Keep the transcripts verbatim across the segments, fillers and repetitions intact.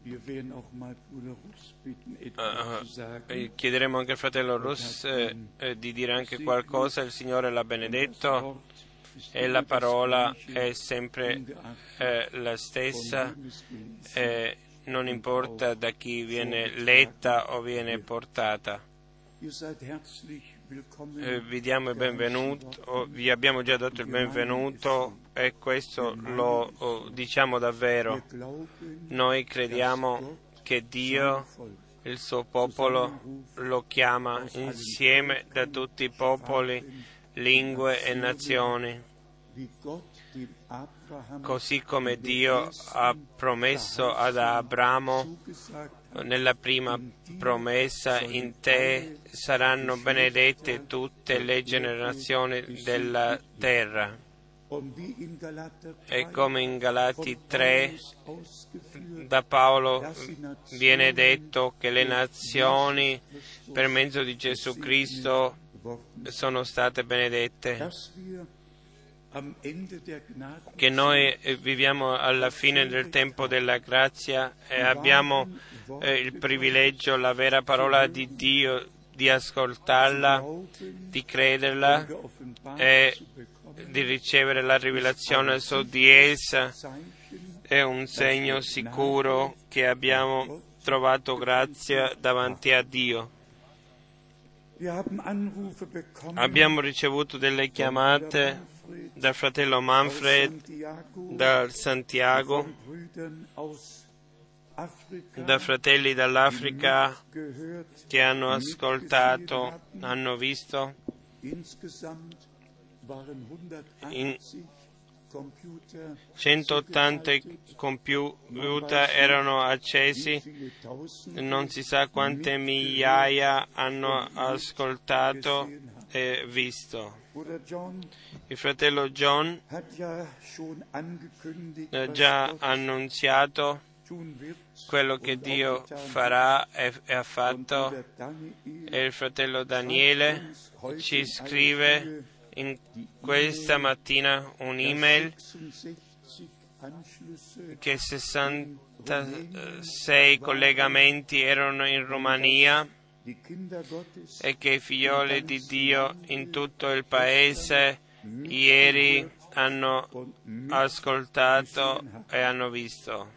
Uh, chiederemo anche al fratello Russ eh, eh, di dire anche qualcosa. Il Signore l'ha benedetto e la parola è sempre eh, la stessa, eh, non importa da chi viene letta o viene portata. Eh, vi diamo il benvenuto, vi abbiamo già dato il benvenuto e questo lo oh, diciamo davvero. Noi crediamo che Dio, il suo popolo, lo chiama insieme da tutti i popoli, lingue e nazioni, così come Dio ha promesso ad Abramo nella prima promessa: in te saranno benedette tutte le generazioni della terra. E come in Galati tre da Paolo viene detto che le nazioni per mezzo di Gesù Cristo sono state benedette, che noi viviamo alla fine del tempo della grazia e abbiamo eh, il privilegio, la vera parola di Dio, di ascoltarla, di crederla e di ricevere la rivelazione su di essa. È un segno sicuro che abbiamo trovato grazia davanti a Dio. Abbiamo ricevuto delle chiamate dal fratello Manfred, da Santiago, da fratelli dall'Africa che hanno ascoltato, hanno visto. In centottanta computer erano accesi, non si sa quante migliaia hanno ascoltato e visto. Il fratello John ha già annunziato quello che Dio farà e, e ha fatto, e il fratello Daniele ci scrive in questa mattina un'email che sessantasei collegamenti erano in Romania e che i figlioli di Dio in tutto il paese ieri hanno ascoltato e hanno visto.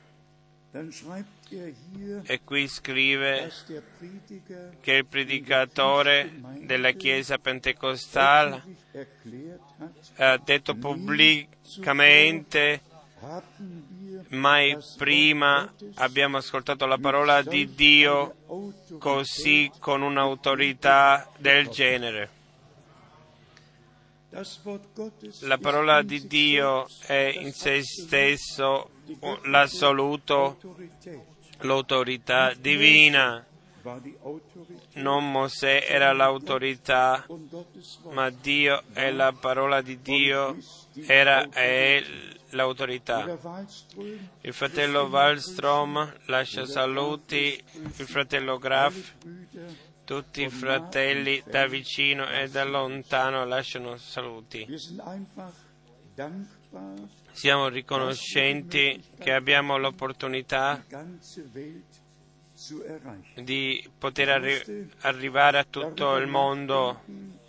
E qui scrive che il predicatore della Chiesa Pentecostale ha detto pubblicamente: mai prima abbiamo ascoltato la parola di Dio così, con un'autorità del genere. La parola di Dio è in se stesso l'assoluto, l'autorità divina. Non Mosè era l'autorità, ma Dio e la parola di Dio era e è l'autorità. Il fratello Wallstrom lascia saluti, il fratello Graf, tutti i fratelli da vicino e da lontano lasciano saluti. Siamo riconoscenti che abbiamo l'opportunità di poter arri- arrivare a tutto il mondo.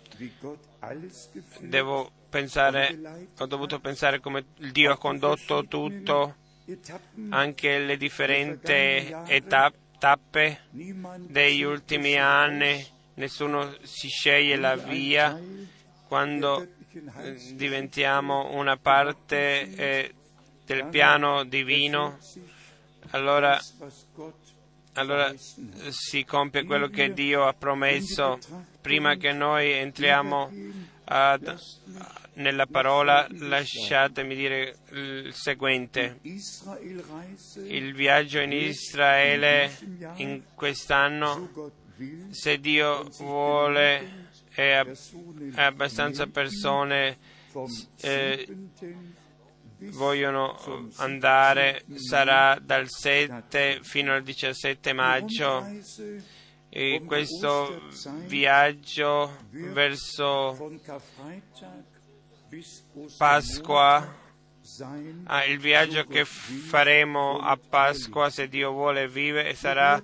Devo pensare, ho dovuto pensare come Dio ha condotto tutto, anche le differenti età, tappe degli ultimi anni. Nessuno si sceglie la via. Quando diventiamo una parte eh, del piano divino, allora, allora si compie quello che Dio ha promesso. Prima che noi entriamo ad, nella parola, lasciatemi dire il seguente. Il viaggio in Israele in quest'anno, se Dio vuole, e abbastanza persone eh, vogliono andare, sarà dal sette fino al diciassette maggio. E questo viaggio verso Pasqua Ah, il viaggio che faremo a Pasqua, se Dio vuole, vive sarà,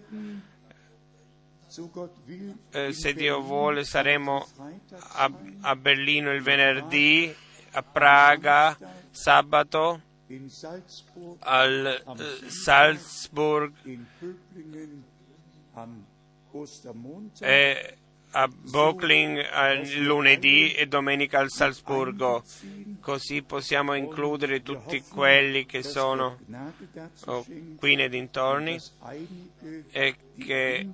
eh, se Dio vuole, saremo a, a Berlino il venerdì, a Praga sabato, al eh, Salzburg e a Böckling eh, lunedì e domenica al Salzburgo. Così possiamo includere tutti quelli che sono oh, qui nei dintorni e che,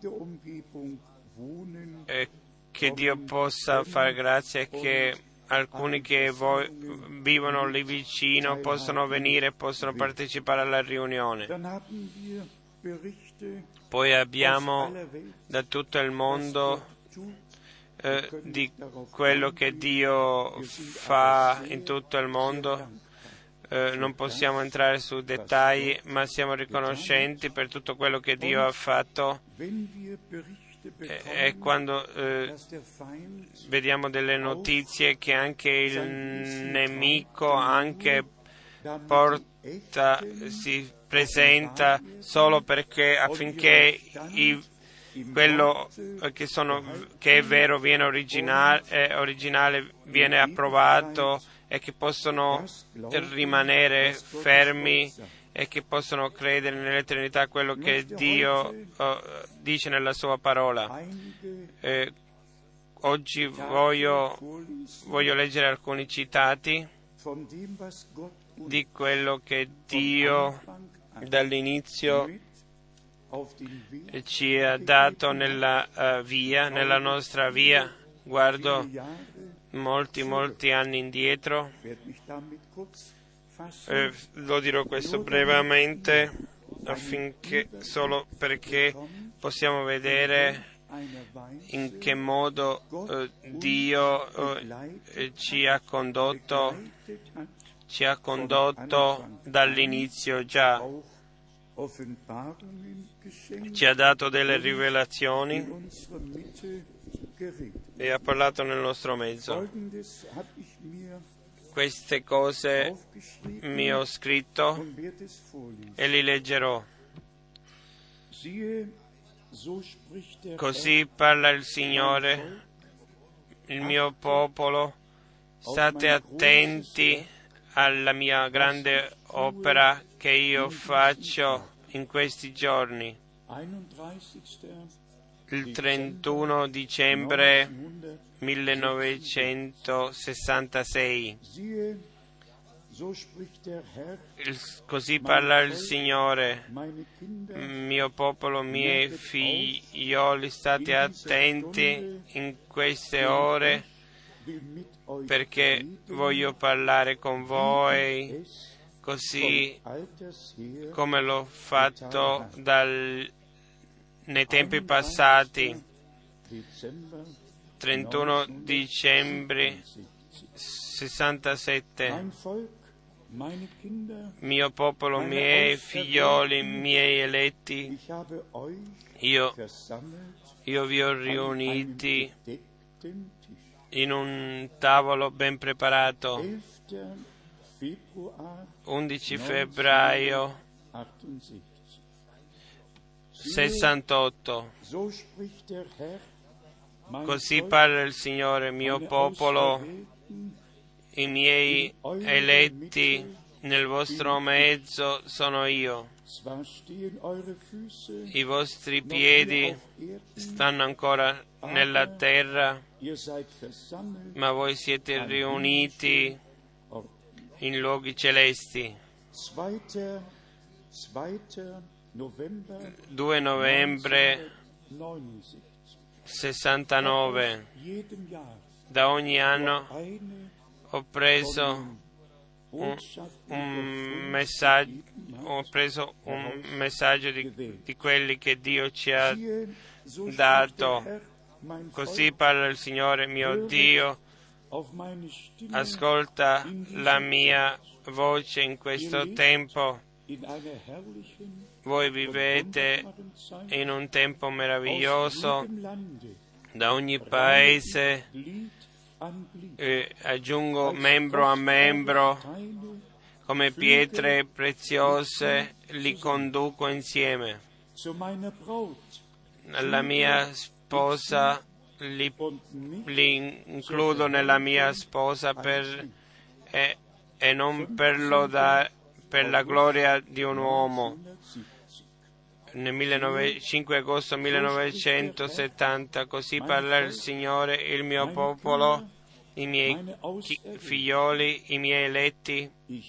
e che Dio possa fare grazia e che alcuni che voi, vivono lì vicino possano venire e possano partecipare alla riunione. Poi abbiamo da tutto il mondo eh, di quello che Dio fa in tutto il mondo. Eh, non possiamo entrare su dettagli, ma siamo riconoscenti per tutto quello che Dio ha fatto. E, e quando eh, vediamo delle notizie che anche il nemico anche porta, si presenta solo perché affinché i, quello che, sono, che è vero viene originale, eh, originale viene approvato e che possono rimanere fermi e che possono credere nell'eternità quello che Dio uh, dice nella sua parola. Eh, oggi voglio, voglio leggere alcuni citati di quello che Dio dall'inizio ci ha dato nella uh, via, nella nostra via. Guardo molti, molti anni indietro. Eh, lo dirò questo brevemente affinché solo perché possiamo vedere in che modo eh, Dio eh, ci ha condotto ci ha condotto dall'inizio già, ci ha dato delle rivelazioni e ha parlato nel nostro mezzo. Queste cose mi ho scritto e li leggerò. Così parla il Signore, il mio popolo, state attenti alla mia grande opera che io faccio in questi giorni. Il trentuno dicembre millenovecentosessantasei. Il, così parla il Signore, mio popolo, miei figlioli, state attenti in queste ore perché voglio parlare con voi così come l'ho fatto dal, nei tempi passati. trentuno dicembre sessantasette. Mio popolo, miei figlioli, miei eletti, io, io vi ho riuniti in un tavolo ben preparato. undici febbraio sessantotto. Così parla il Signore, mio popolo, i miei eletti nel vostro mezzo sono io. I vostri piedi stanno ancora nella terra, ma voi siete riuniti in luoghi celesti. due novembre sessantanove. Da ogni anno ho preso un, un messaggio, ho preso un messaggio di, di quelli che Dio ci ha dato. Così parla il Signore, mio Dio, ascolta la mia voce in questo tempo. Voi vivete in un tempo meraviglioso. Da ogni paese, eh, aggiungo membro a membro, come pietre preziose li conduco insieme. La mia sposa li, li includo nella mia sposa per, e, e non per, lo da, per la gloria di un uomo. Nel cinque agosto millenovecentosettanta, così parla il Signore, il mio popolo, i miei figlioli, i miei eletti.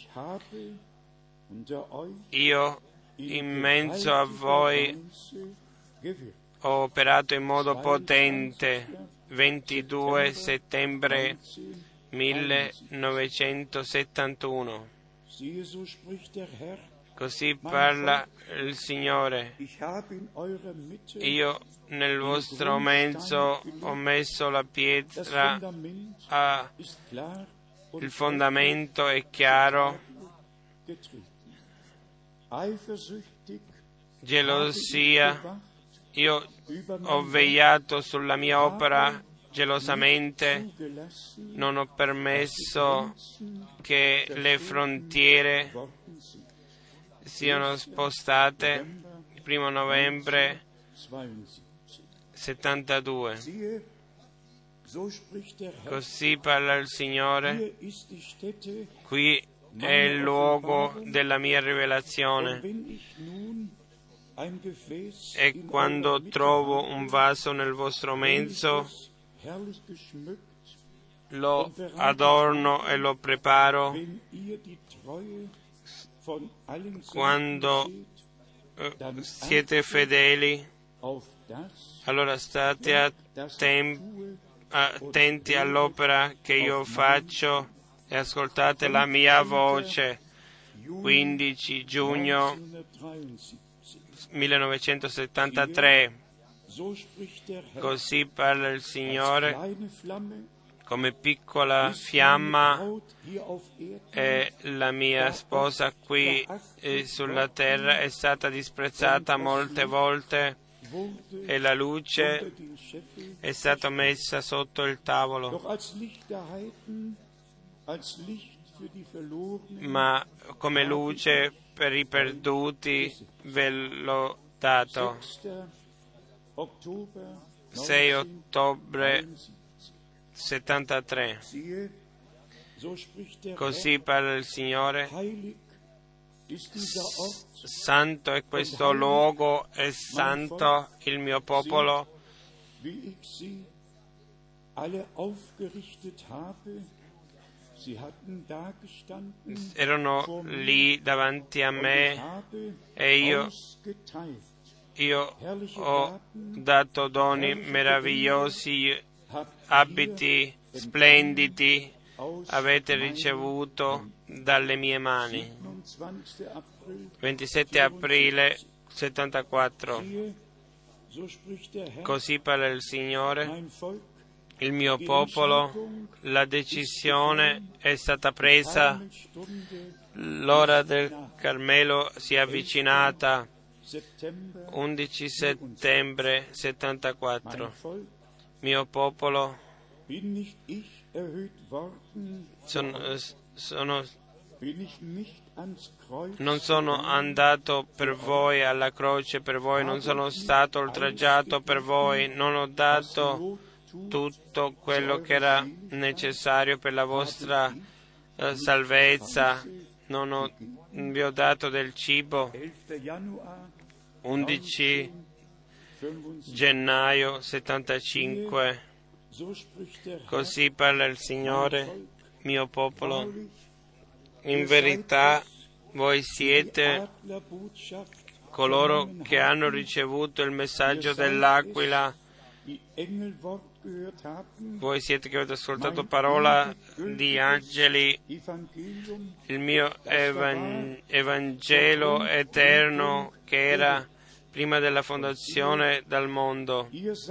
Io in mezzo a voi ho operato in modo potente. ventidue settembre millenovecentosettantuno. Così parla il Signore. Io nel vostro mezzo ho messo la pietra, ah, il fondamento è chiaro. Gelosia, io ho vegliato sulla mia opera gelosamente, non ho permesso che le frontiere siano spostate. Il primo novembre settantadue. Così parla il Signore. Qui è il luogo della mia rivelazione. E quando trovo un vaso nel vostro mezzo, lo adorno e lo preparo. Quando eh, siete fedeli, allora state attem- attenti all'opera che io faccio e ascoltate la mia voce. quindici giugno millenovecentosettantatré. Così parla il Signore. Come piccola fiamma è la mia sposa qui eh, sulla terra, è stata disprezzata molte volte e la luce è stata messa sotto il tavolo. Ma come luce per i perduti ve l'ho dato. sei ottobre settantatré. Così parla il Signore. Santo è questo luogo, è santo il mio popolo. Erano lì davanti a me e io, io ho dato doni meravigliosi, abiti splendidi avete ricevuto dalle mie mani. ventisette aprile settantaquattro. Così parla il Signore. Il mio popolo, la decisione è stata presa, l'ora del Carmelo si è avvicinata. undici settembre settantaquattro. Mio popolo, sono, sono, non sono andato per voi alla croce, per voi non sono stato oltraggiato, per voi non ho dato tutto quello che era necessario per la vostra uh, salvezza, non ho, vi ho dato del cibo. undici gennaio settantacinque. Così parla il Signore, mio popolo. In verità voi siete coloro che hanno ricevuto il messaggio dell'aquila. Voi siete che avete ascoltato parola di angeli, il mio evan- Evangelo eterno che era prima della fondazione del mondo.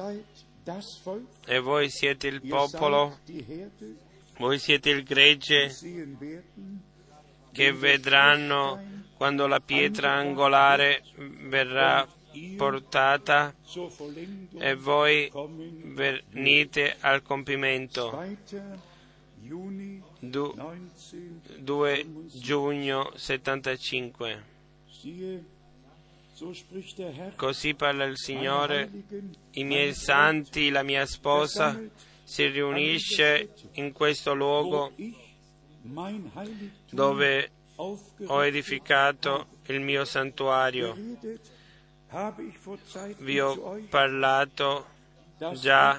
E voi siete il popolo, voi siete il gregge che vedranno quando la pietra angolare verrà portata e voi venite al compimento. due giugno settantacinque. Così parla il Signore, i miei santi, la mia sposa si riunisce in questo luogo dove ho edificato il mio santuario. Vi ho parlato già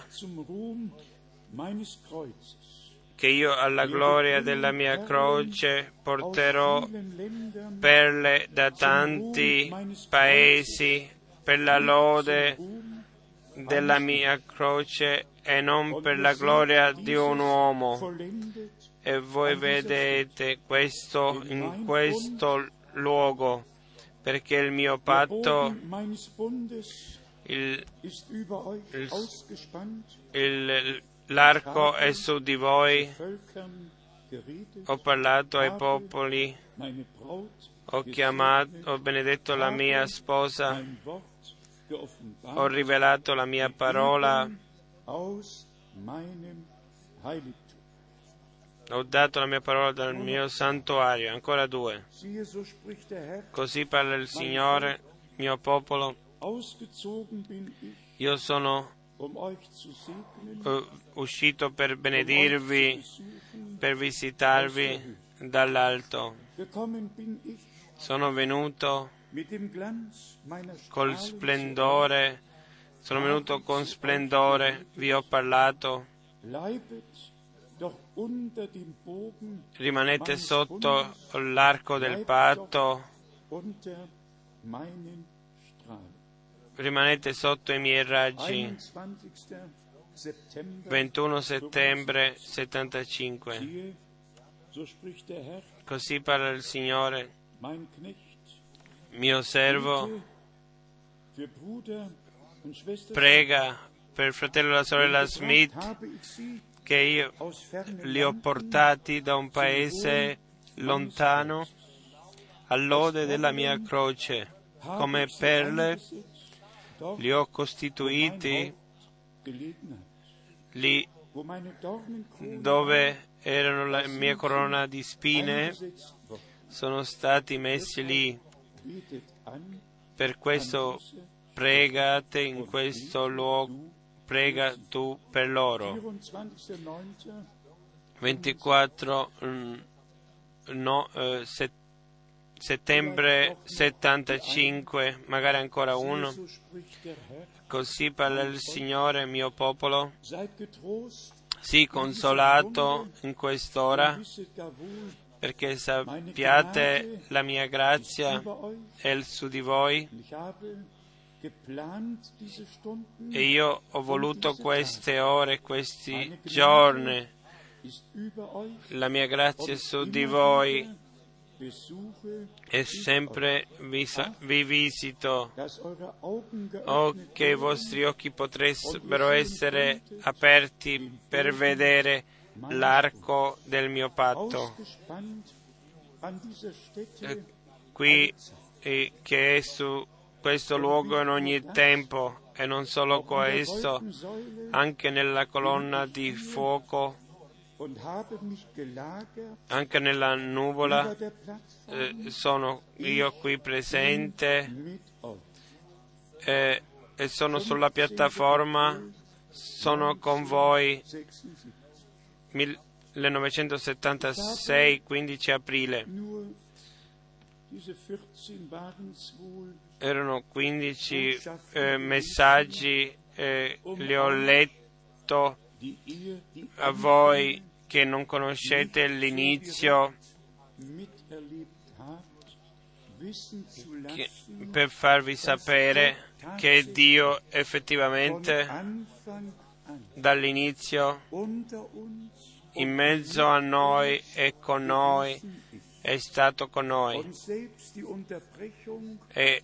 che io alla gloria della mia croce porterò perle da tanti paesi per la lode della mia croce e non per la gloria di un uomo. E voi vedete questo in questo luogo, perché il mio patto, il, il, il, l'arco è su di voi. Ho parlato ai popoli, ho chiamato, ho benedetto la mia sposa, ho rivelato la mia parola, ho dato la mia parola dal mio santuario. Ancora due. Così parla il Signore, mio popolo. Io sono uh, uscito per benedirvi, per visitarvi dall'alto. Sono venuto col splendore, sono venuto con splendore, vi ho parlato. Rimanete sotto l'arco del patto, rimanete sotto i miei raggi. ventuno settembre settantacinque. Così parla il Signore, mio servo prega per il fratello e la sorella Smith, che io li ho portati da un paese lontano all'ode della mia croce. Come perle li ho costituiti lì dove erano la mia corona di spine, sono stati messi lì. Per questo pregate in questo luogo, prega tu per loro. ventiquattro no, eh, set, settembre settantacinque, magari ancora uno. Così parla il Signore, mio popolo. Sii consolato in quest'ora, perché sappiate la mia grazia è su di voi. E io ho voluto queste ore, questi giorni. La mia grazia è su di voi e sempre vi, vi visito. Oh, che i vostri occhi potrebbero essere aperti per vedere l'arco del mio patto. Eh, qui eh, che è su questo luogo in ogni tempo, e non solo questo, anche nella colonna di fuoco, anche nella nuvola, eh, sono io qui presente eh, e sono sulla piattaforma, sono con voi. millenovecentosettantasei, quindici aprile. Erano quindici eh, messaggi, eh, li ho letto a voi che non conoscete l'inizio, che, per farvi sapere che Dio effettivamente dall'inizio in mezzo a noi e con noi è stato con noi. E,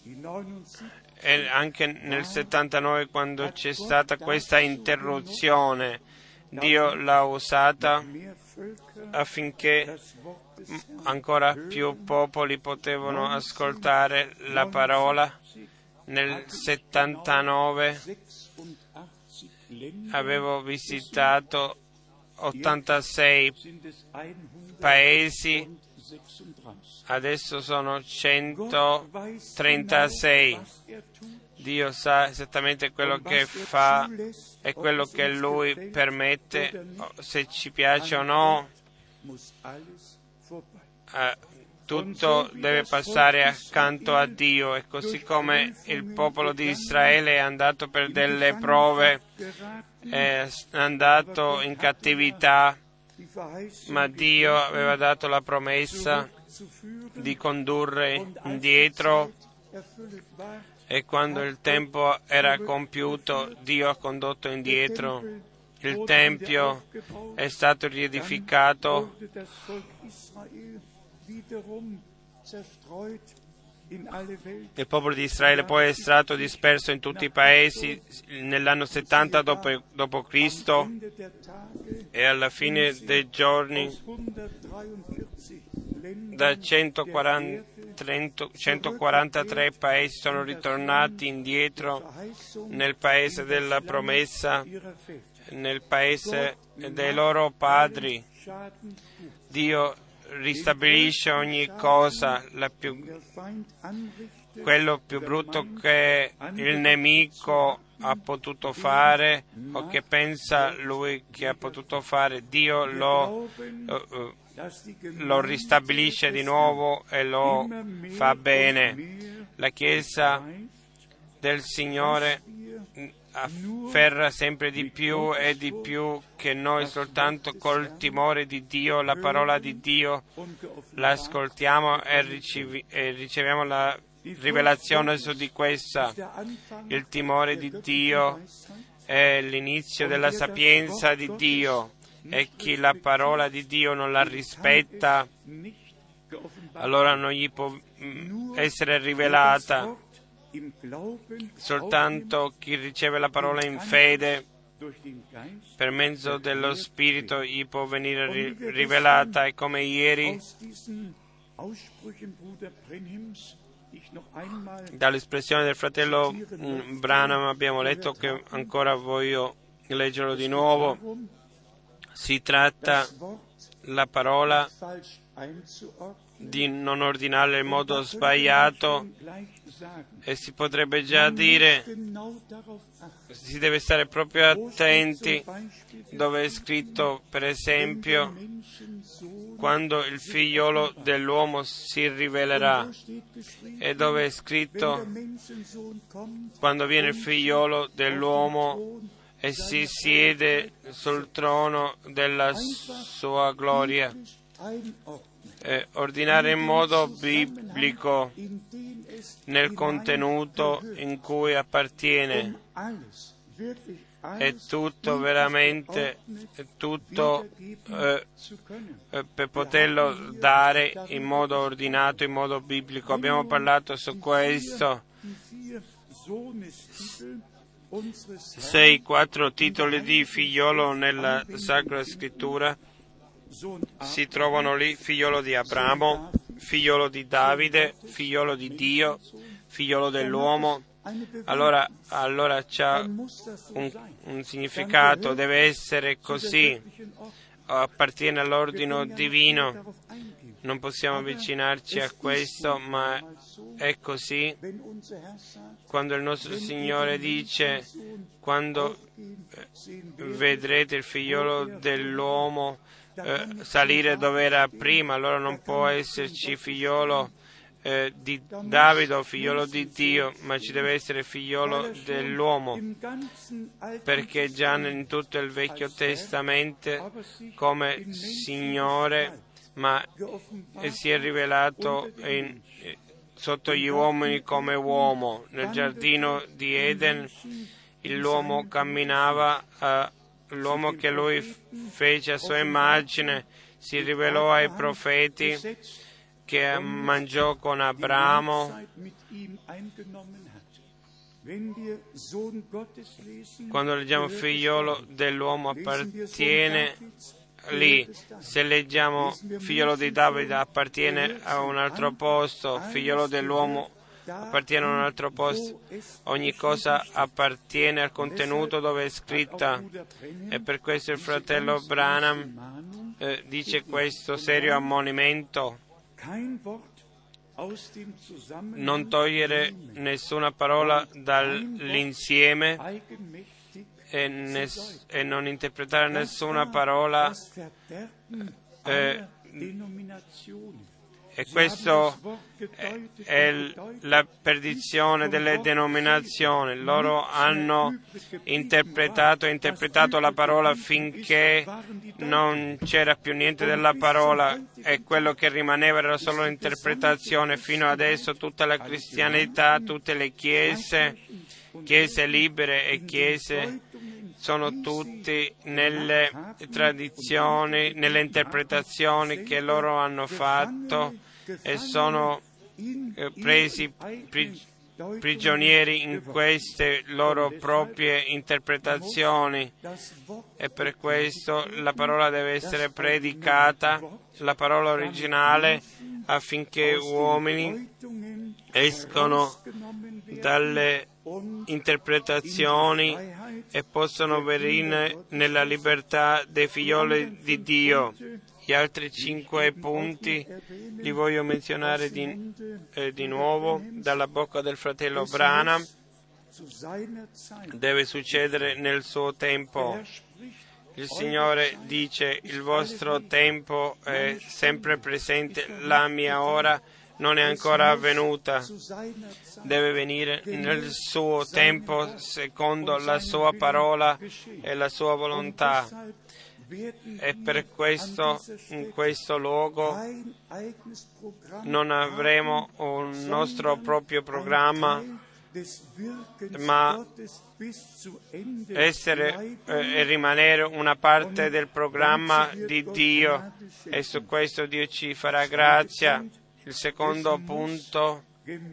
e anche nel settantanove, quando c'è stata questa interruzione, Dio l'ha usata affinché ancora più popoli potevano ascoltare la parola. Nel settantanove avevo visitato ottantasei paesi, adesso sono centotrentasei. Dio sa esattamente quello che fa e quello che Lui permette, se ci piace o no. Eh, tutto deve passare accanto a Dio, e così come il popolo di Israele è andato per delle prove, è andato in cattività, ma Dio aveva dato la promessa di condurre indietro, e quando il tempo era compiuto Dio ha condotto indietro. Il Tempio è stato riedificato, il popolo di Israele poi è stato disperso in tutti i paesi nell'anno settanta dopo Cristo, e alla fine dei giorni da centoquarantatré paesi sono ritornati indietro nel paese della promessa, nel paese dei loro padri. Dio ristabilisce ogni cosa, la più, quello più brutto che il nemico ha potuto fare o che pensa lui che ha potuto fare. Dio lo, uh, lo ristabilisce di nuovo e lo fa bene. La Chiesa del Signore afferra sempre di più e di più che noi soltanto col timore di Dio, la parola di Dio, l'ascoltiamo e, ricevi, e riceviamo la rivelazione su di questa. Il timore di Dio è l'inizio della sapienza di Dio, e chi la parola di Dio non la rispetta, allora non gli può essere rivelata. Soltanto chi riceve la parola in fede, per mezzo dello Spirito, gli può venire ri- rivelata. E come ieri, dall'espressione del fratello Branham abbiamo letto, che ancora voglio leggerlo di nuovo, si tratta la parola di non ordinarla in modo sbagliato, e si potrebbe già dire si deve stare proprio attenti dove è scritto, per esempio, quando il figliolo dell'uomo si rivelerà, e dove è scritto quando viene il figliolo dell'uomo e si siede sul trono della sua gloria. Eh, ordinare in modo biblico nel contenuto in cui appartiene, è tutto veramente è tutto eh, eh, per poterlo dare in modo ordinato, in modo biblico. Abbiamo parlato su questo. Sei, quattro titoli di figliolo nella Sacra Scrittura si trovano lì: figliolo di Abramo, figliolo di Davide, figliolo di Dio, figliolo dell'uomo. Allora, allora c'ha un, un significato, deve essere così, appartiene all'ordine divino. Non possiamo avvicinarci a questo, ma è così. Quando il nostro Signore dice: quando vedrete il figliolo dell'uomo eh, salire dove era prima, allora non può esserci figliolo eh, di Davide o figliolo di Dio, ma ci deve essere figliolo dell'uomo, perché già in tutto il Vecchio Testamento come Signore, ma si è rivelato in, sotto gli uomini come uomo. Nel giardino di Eden l'uomo camminava, uh, l'uomo che lui fece a sua immagine, si rivelò ai profeti, che mangiò con Abramo. Quando leggiamo figliolo dell'uomo appartiene lì, se leggiamo figliolo di Davide appartiene a un altro posto, figliolo dell'uomo appartiene a un altro posto. Ogni cosa appartiene al contenuto dove è scritta. E per questo il fratello Branham eh, dice questo serio ammonimento: non togliere nessuna parola dall'insieme e, ness- e non interpretare nessuna parola. Eh, e questo è, è la perdizione delle denominazioni. Loro hanno interpretato e interpretato la parola finché non c'era più niente della parola, e quello che rimaneva era solo l'interpretazione. Fino adesso tutta la cristianità, tutte le chiese, chiese libere e chiese, sono tutti nelle tradizioni, nelle interpretazioni che loro hanno fatto, e sono eh, presi pri- prigionieri in queste loro proprie interpretazioni, e per questo la parola deve essere predicata, la parola originale, affinché uomini escono dalle interpretazioni e possono venire nella libertà dei figlioli di Dio. Gli altri cinque punti li voglio menzionare di, eh, di nuovo dalla bocca del fratello Branham. Deve succedere nel suo tempo. Il Signore dice: il vostro tempo è sempre presente, la mia ora non è ancora avvenuta. Deve venire nel suo tempo, secondo la sua parola e la sua volontà. E per questo, in questo luogo, non avremo un nostro proprio programma, ma essere eh, e rimanere una parte del programma di Dio, e su questo Dio ci farà grazia. Il secondo punto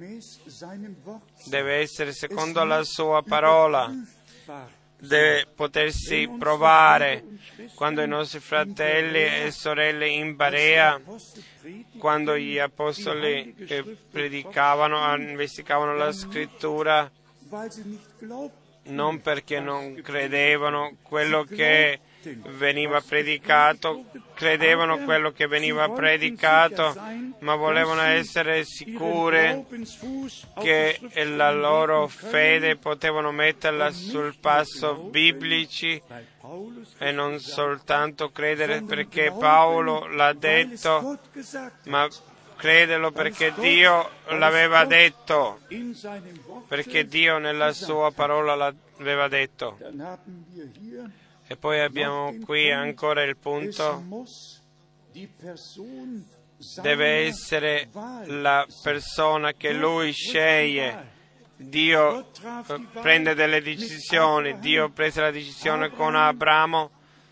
deve essere secondo la sua parola, deve potersi provare. Quando i nostri fratelli e sorelle in Barea, quando gli apostoli eh, predicavano, investigavano la scrittura, non perché non credevano quello che veniva predicato, credevano quello che veniva predicato, ma volevano essere sicure che la loro fede potevano metterla sul passo biblici e non soltanto credere perché Paolo l'ha detto, ma crederlo perché Dio l'aveva detto, perché Dio nella sua parola l'aveva detto. E poi abbiamo qui ancora il punto: deve essere la persona che lui sceglie. Dio prende delle decisioni. Dio prese la decisione con Abramo,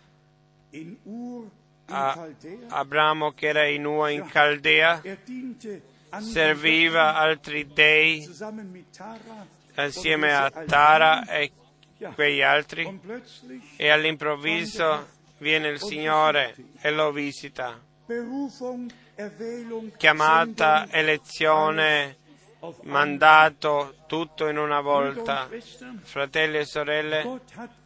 a Abramo che era in Ur in Caldea, serviva altri dei assieme a Tara e quegli altri, e all'improvviso viene il Signore e lo visita. Chiamata, elezione, mandato, tutto in una volta. Fratelli e sorelle,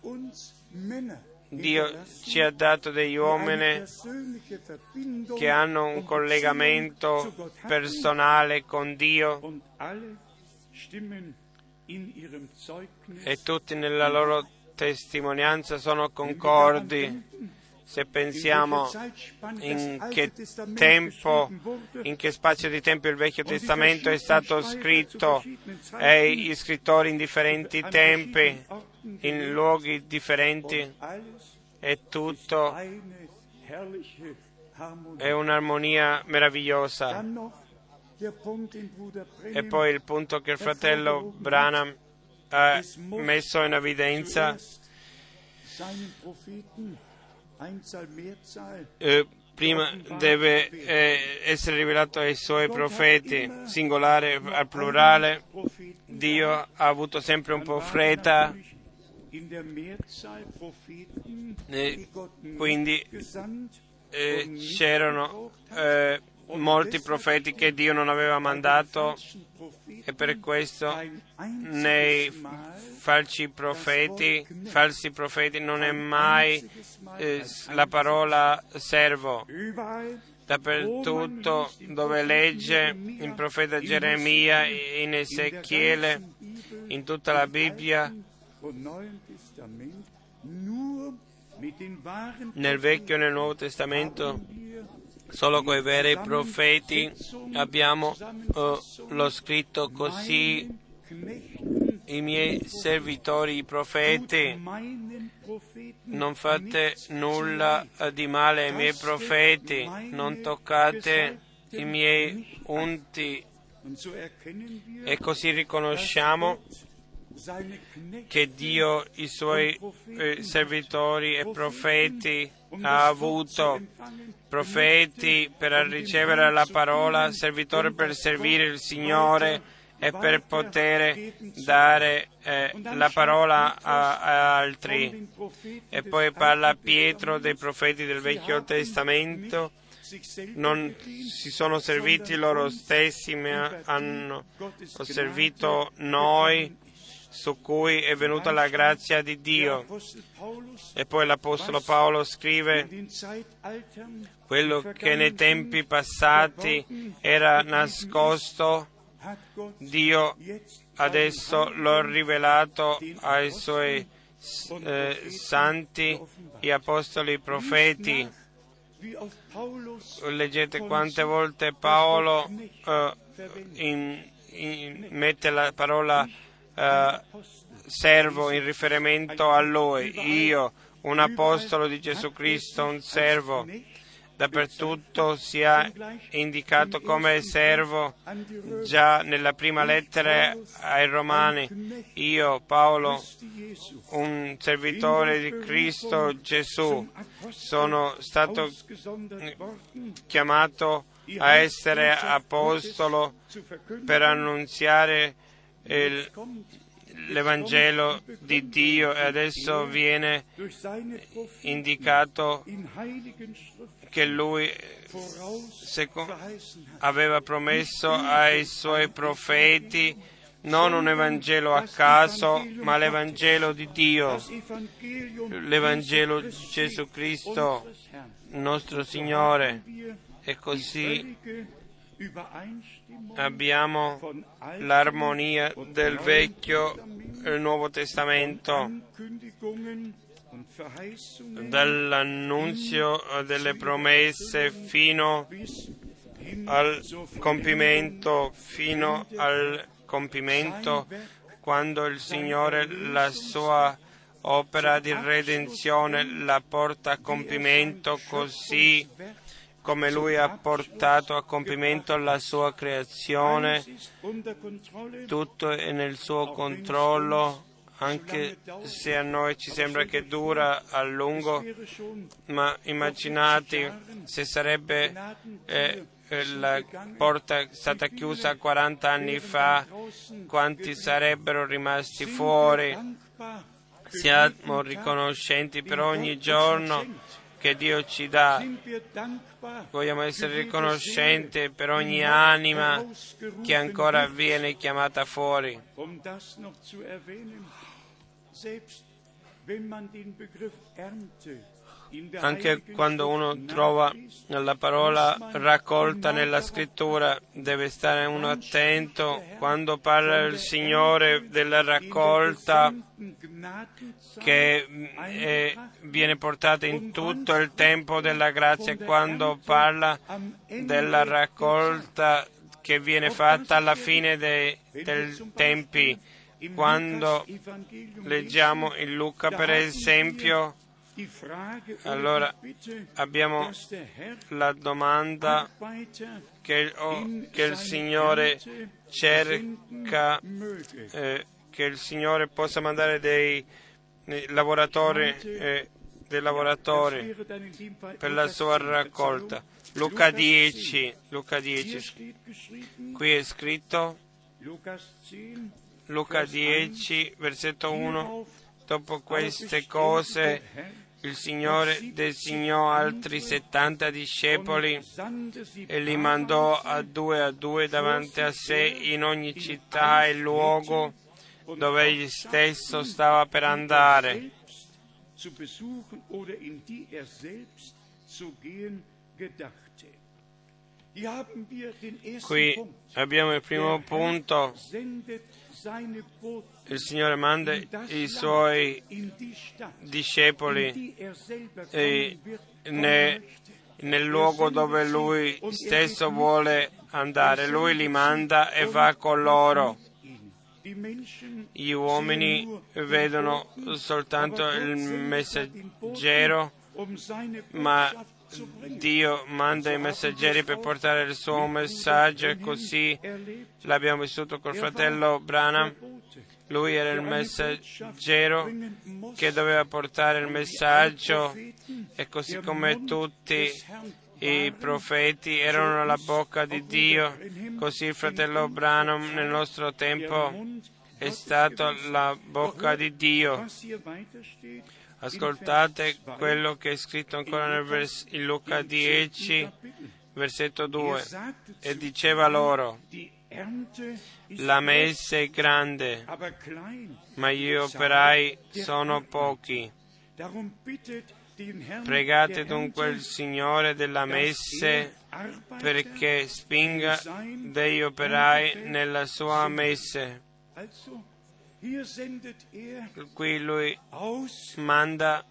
Dio ci ha dato degli uomini che hanno un collegamento personale con Dio, e tutti nella loro testimonianza sono concordi. Se pensiamo in che tempo, in che spazio di tempo il Vecchio Testamento è stato scritto, e gli scrittori in differenti tempi, in luoghi differenti, e tutto è un'armonia meravigliosa. E poi il punto che il fratello Branham ha messo in evidenza: eh, prima deve eh, essere rivelato ai suoi profeti, singolare al plurale. Dio ha avuto sempre un profeta, e quindi eh, c'erano eh, molti profeti che Dio non aveva mandato, e per questo nei falsi profeti, falsi profeti non è mai eh, la parola servo. Dappertutto dove legge in profeta Geremia, in Ezechiele, in tutta la Bibbia, nel Vecchio e nel Nuovo Testamento, solo coi veri profeti abbiamo uh, lo scritto così: i miei servitori, i profeti, non fate nulla di male ai miei profeti, non toccate i miei unti. E così riconosciamo che Dio i suoi eh, servitori e profeti ha avuto, profeti per ricevere la parola, servitori per servire il Signore e per poter dare eh, la parola a, a altri. E poi parla Pietro dei profeti del Vecchio Testamento. Non si sono serviti loro stessi, ma hanno servito noi, su cui è venuta la grazia di Dio. E poi l'Apostolo Paolo scrive: quello che nei tempi passati era nascosto, Dio adesso l'ha rivelato ai suoi eh, santi, gli apostoli, i profeti. Leggete quante volte Paolo eh, in, in, mette la parola eh, servo in riferimento a lui. Io, un apostolo di Gesù Cristo, un servo. Dappertutto si è indicato come servo, già nella prima lettera ai Romani. Io, Paolo, un servitore di Cristo Gesù, sono stato chiamato a essere apostolo per annunziare il, l'Evangelo di Dio, e adesso viene indicato che lui secondo, aveva promesso ai suoi profeti non un Evangelo a caso, ma l'Evangelo di Dio, l'Evangelo di Gesù Cristo, nostro Signore. E così abbiamo l'armonia del Vecchio e il Nuovo Testamento, dall'annunzio delle promesse fino al compimento, fino al compimento, quando il Signore la sua opera di redenzione la porta a compimento, così come Lui ha portato a compimento la sua creazione. Tutto è nel suo controllo, anche se a noi ci sembra che dura a lungo, ma immaginate se sarebbe eh, la porta stata chiusa quaranta anni fa, quanti sarebbero rimasti fuori. Siamo riconoscenti per ogni giorno che Dio ci dà. Vogliamo essere riconoscenti per ogni anima che ancora viene chiamata fuori. Anche quando uno trova la parola raccolta nella scrittura, deve stare uno attento. Quando parla il Signore della raccolta che è, viene portata in tutto il tempo della grazia, quando parla della raccolta che viene fatta alla fine dei, dei tempi, quando leggiamo in Luca, per esempio, allora abbiamo la domanda che, oh, che il Signore cerca, eh, che il Signore possa mandare dei, dei lavoratori, eh, dei lavoratori per la sua raccolta. Luca dieci, Luca dieci, qui è scritto, Luca dieci, versetto uno, dopo queste cose il Signore designò altri settanta discepoli e li mandò a due a due davanti a sé in ogni città e luogo dove egli stesso stava per andare. Qui abbiamo il primo punto. Il Signore manda i Suoi discepoli e ne, nel luogo dove Lui stesso vuole andare. Lui li manda e va con loro. Gli uomini vedono soltanto il messaggero, ma Dio manda i messaggeri per portare il suo messaggio, e così l'abbiamo vissuto col fratello Branham. Lui era il messaggero che doveva portare il messaggio, e così come tutti i profeti erano la bocca di Dio, così il fratello Branham nel nostro tempo è stato la bocca di Dio. Ascoltate quello che è scritto ancora nel vers- in Luca dieci, versetto due, e diceva loro: la messe è grande, ma gli operai sono pochi. Pregate dunque il Signore della messe perché spinga degli operai nella sua messe. Qui Lui manda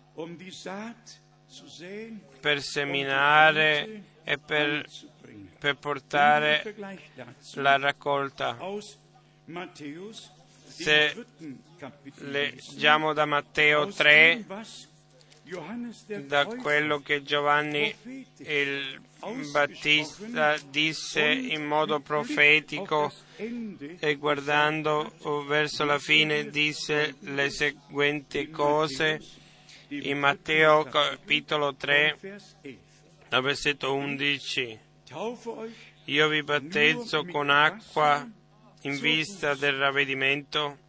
per seminare e per, per portare la raccolta. Se leggiamo da Matteo tre, da quello che Giovanni il Battista disse in modo profetico, e guardando verso la fine disse le seguenti cose in Matteo capitolo tre, al versetto undici: io vi battezzo con acqua in vista del ravvedimento,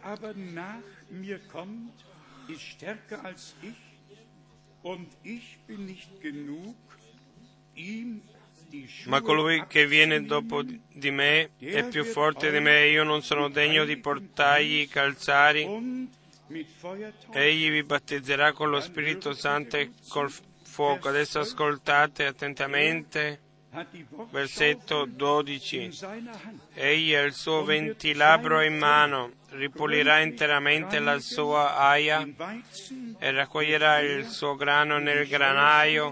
ma colui che viene dopo di me è più forte di me, io non sono degno di portargli i calzari. Egli vi battezzerà con lo Spirito Santo e col fuoco. Adesso ascoltate attentamente, versetto dodici. Egli ha il suo ventilabro in mano, ripulirà interamente la sua aia e raccoglierà il suo grano nel granaio,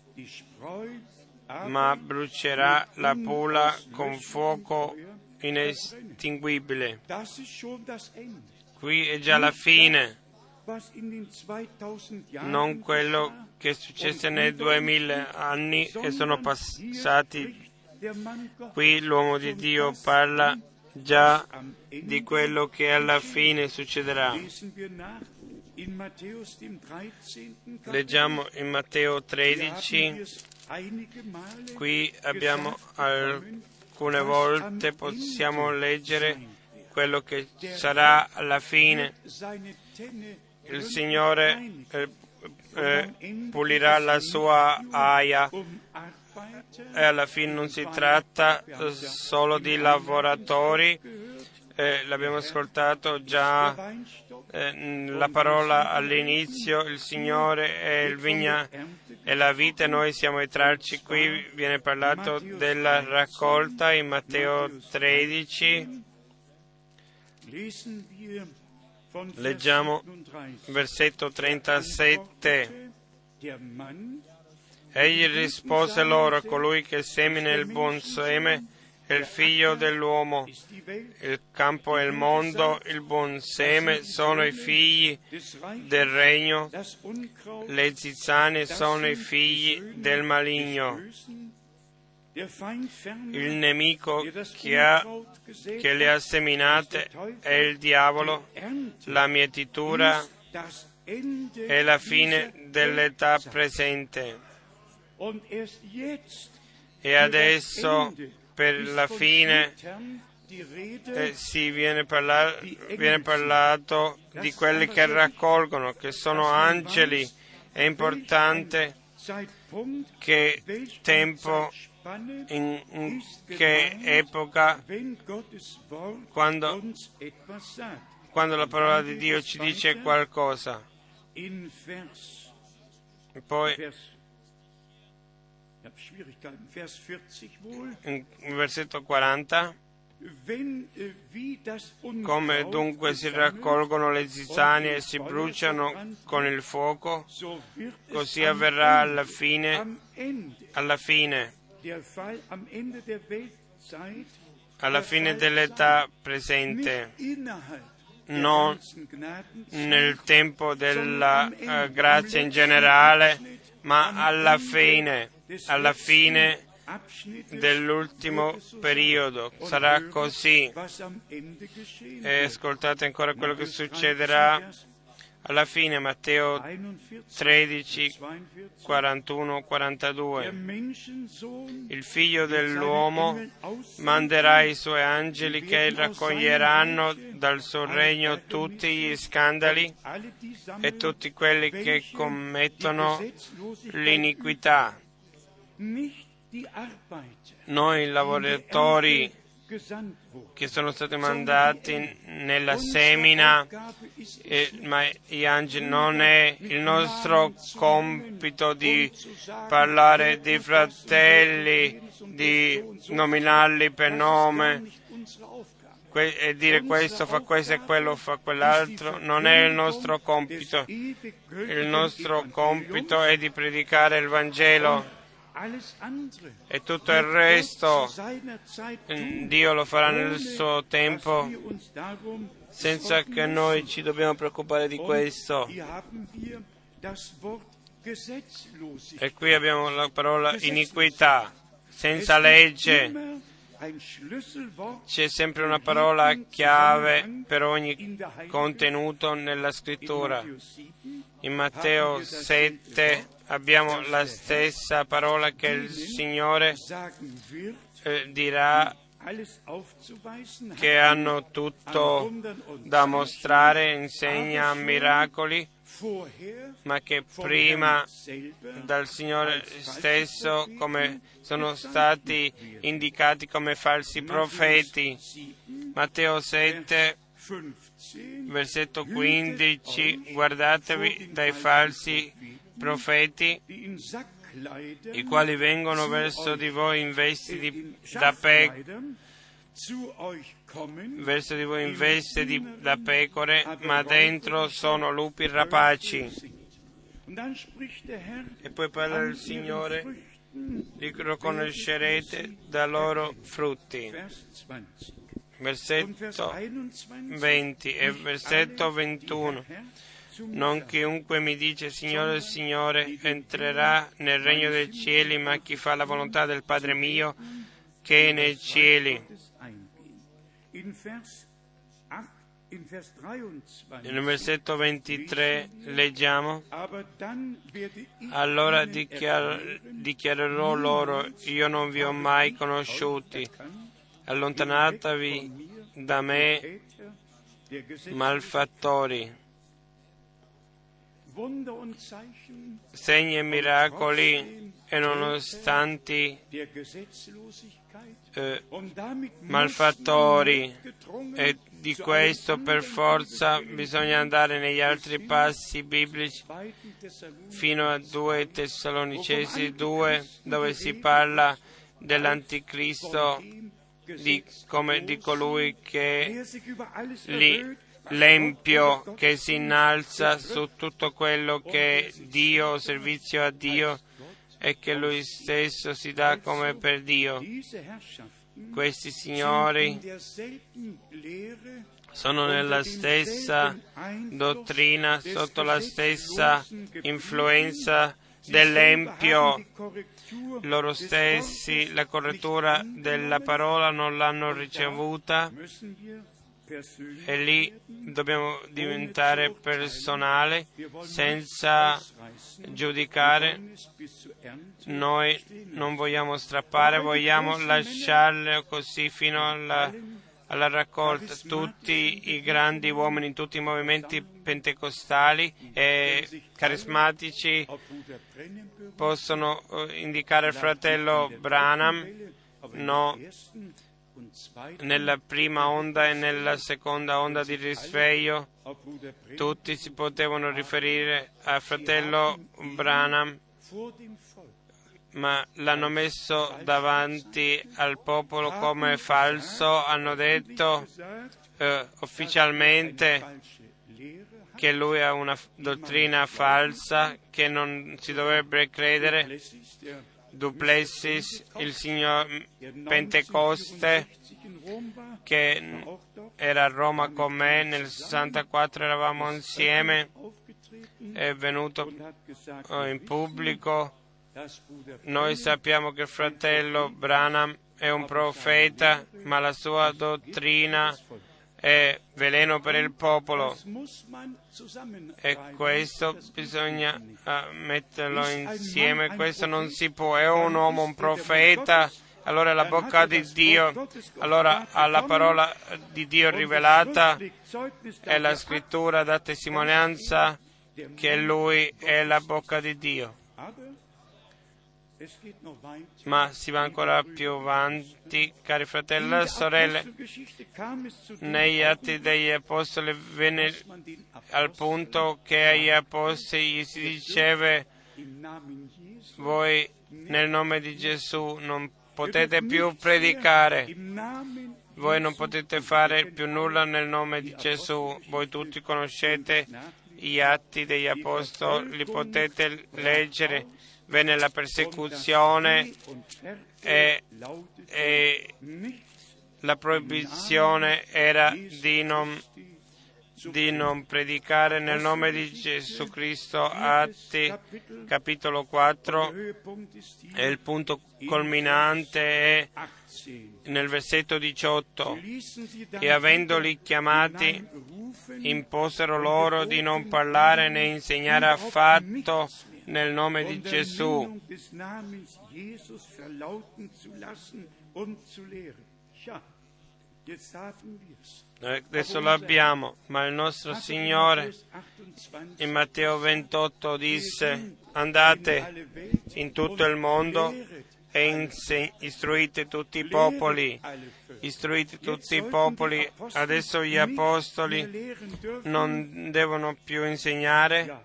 ma brucerà la pula con fuoco inestinguibile. Qui è già la fine, non quello che successe nei duemila anni che sono passati. Qui l'uomo di Dio parla già di quello che alla fine succederà. Leggiamo in Matteo tredici, qui abbiamo alcune volte, possiamo leggere quello che sarà alla fine. Il Signore eh, eh, pulirà la sua aia, e alla fine non si tratta solo di lavoratori. Eh, l'abbiamo ascoltato già eh, la parola all'inizio, il Signore è il vigna e la vite, noi siamo i tralci. Qui viene parlato della raccolta in Matteo tredici. Leggiamo versetto trentasette. Egli rispose loro: colui che semina il buon seme è il figlio dell'uomo. Il campo e il mondo, il buon seme, sono i figli del regno. Le zizzanie sono i figli del maligno. Il nemico che, ha, che le ha seminate è il diavolo. La mietitura è la fine dell'età presente. E adesso, per la fine, eh, si viene, parla- viene parlato di quelli che raccolgono, che sono angeli, È importante che tempo, in, in che epoca, quando, quando la parola di Dio ci dice qualcosa. E poi in versetto quaranta, come dunque si raccolgono le zizzanie e si bruciano con il fuoco, così avverrà alla fine, alla fine, alla fine dell'età presente, non nel tempo della uh, grazia in generale, ma alla fine, alla fine dell'ultimo periodo. Sarà così. E ascoltate ancora quello che succederà alla fine. Matteo tredici, quarantuno quarantadue. Il figlio dell'uomo manderà i suoi angeli che raccoglieranno dal suo regno tutti gli scandali e tutti quelli che commettono l'iniquità. Noi lavoratori che sono stati mandati nella semina, eh, ma gli angeli, non è il nostro compito di parlare di fratelli, di nominarli per nome que- e dire questo fa questo e quello fa quell'altro. Non è il nostro compito. Il nostro compito è di predicare il Vangelo. E tutto il resto Dio lo farà nel suo tempo, senza che noi ci dobbiamo preoccupare di questo. E qui abbiamo la parola iniquità. Senza legge c'è sempre una parola chiave per ogni contenuto nella scrittura. In Matteo sette abbiamo la stessa parola che il Signore eh, dirà che hanno tutto da mostrare, insegna miracoli, ma che prima dal Signore stesso come sono stati indicati come falsi profeti. Matteo sette, versetto quindici, guardatevi dai falsi profeti, i quali vengono verso di voi in vesti di, da pe- verso di voi in veste di, da pecore, ma dentro sono lupi rapaci. E poi parla il Signore: li riconoscerete dai loro frutti. Versetto venti e versetto ventuno. Non chiunque mi dice Signore, Signore, entrerà nel regno dei cieli, ma chi fa la volontà del Padre mio che è nei cieli. Nel versetto ventitré leggiamo: allora dichiar- dichiarerò loro, io non vi ho mai conosciuti, allontanatevi da me, malfattori. Segni e miracoli, e nonostante eh, malfattori, e di questo per forza bisogna andare negli altri passi biblici fino a due Tessalonicesi due, dove si parla dell'anticristo, di, come di colui che li l'empio che si innalza su tutto quello che è Dio, servizio a Dio, e che Lui stesso si dà come per Dio. Questi signori sono nella stessa dottrina, sotto la stessa influenza dell'empio. Loro stessi la correttura della parola non l'hanno ricevuta, e lì dobbiamo diventare personali senza giudicare. Noi non vogliamo strappare, vogliamo lasciarlo così fino alla, alla raccolta. Tutti i grandi uomini, tutti i movimenti pentecostali e carismatici possono indicare il fratello Branham, no, nella prima onda e nella seconda onda di risveglio. Tutti si potevano riferire al fratello Branham, ma l'hanno messo davanti al popolo come falso. Hanno detto eh, ufficialmente che lui ha una dottrina falsa, che non si dovrebbe credere. Duplessis, il signor Pentecoste, che era a Roma con me, nel sessantaquattro eravamo insieme, è venuto in pubblico. Noi sappiamo che il fratello Branham è un profeta, ma la sua dottrina è veleno per il popolo, e questo bisogna uh, metterlo insieme. Questo non si può. È un uomo, un profeta, allora è la bocca di Dio, allora ha la parola di Dio rivelata, e la scrittura dà testimonianza che lui è la bocca di Dio. Ma si va ancora più avanti, cari fratelli e sorelle. Negli Atti degli Apostoli venne al punto che agli Apostoli gli si diceva: voi nel nome di Gesù non potete più predicare, voi non potete fare più nulla nel nome di Gesù. Voi tutti conoscete gli Atti degli Apostoli, li potete leggere. Venne la persecuzione e, e la proibizione era di non, di non predicare nel nome di Gesù Cristo. Atti capitolo quattro, e il punto culminante è nel versetto diciotto: e avendoli chiamati imposero loro di non parlare né insegnare affatto nel nome di Gesù. Adesso lo abbiamo, ma il nostro Signore in Matteo ventotto disse: andate in tutto il mondo e inse- istruite tutti i popoli, istruite tutti i popoli. Adesso gli apostoli non devono più insegnare,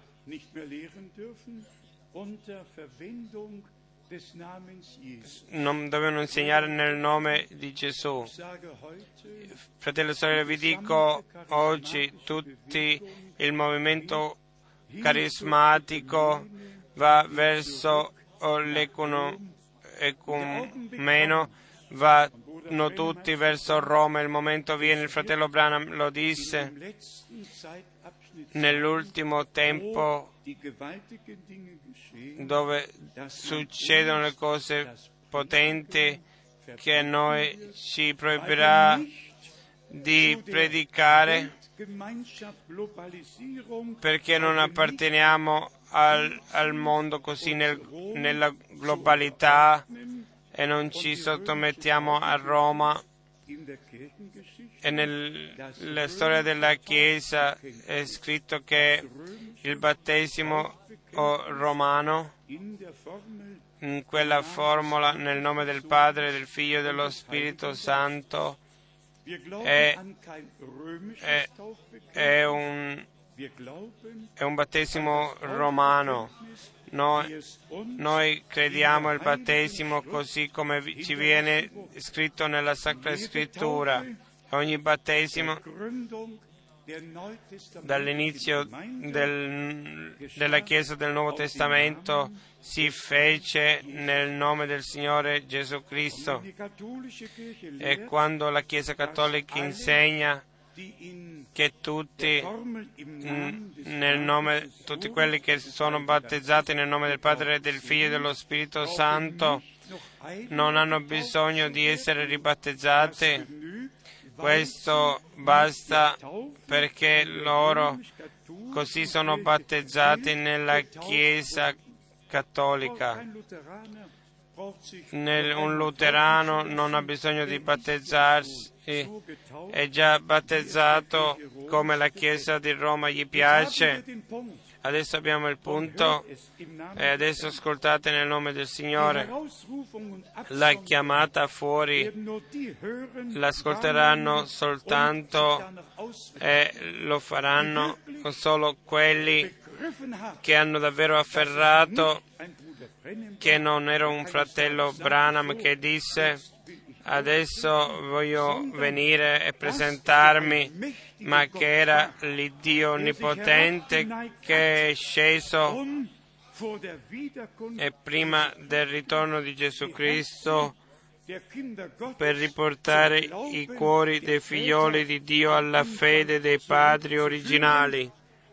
non dovevano insegnare nel nome di Gesù. Fratelli e sorelle, vi dico oggi, tutti il movimento carismatico va verso l'ecumeno, vanno tutti verso Roma. Il momento viene, il fratello Branham lo disse, nell'ultimo tempo, dove succedono le cose potenti, che noi ci proibirà di predicare, perché non apparteniamo al, al mondo così nel, nella globalità, e non ci sottomettiamo a Roma. E nella storia della Chiesa è scritto che il battesimo romano, in quella formula, nel nome del Padre, del Figlio e dello Spirito Santo, è, è, è, un, è un battesimo romano. Noi, noi crediamo il battesimo così come ci viene scritto nella Sacra Scrittura. Ogni battesimo, dall'inizio del, della Chiesa del Nuovo Testamento, si fece nel nome del Signore Gesù Cristo. E quando la Chiesa Cattolica insegna che tutti, nel nome, tutti quelli che sono battezzati nel nome del Padre, del Figlio e dello Spirito Santo non hanno bisogno di essere ribattezzati, questo basta, perché loro così sono battezzati nella Chiesa Cattolica. Nel, un luterano non ha bisogno di battezzarsi, è già battezzato come la Chiesa di Roma gli piace. Adesso abbiamo il punto e adesso ascoltate nel nome del Signore. La chiamata fuori l'ascolteranno soltanto e lo faranno solo quelli che hanno davvero afferrato che non era un fratello Branham che disse: adesso voglio venire e presentarmi, ma che era l'Iddio Onnipotente che è sceso e prima del ritorno di Gesù Cristo per riportare i cuori dei figlioli di Dio alla fede dei padri originali.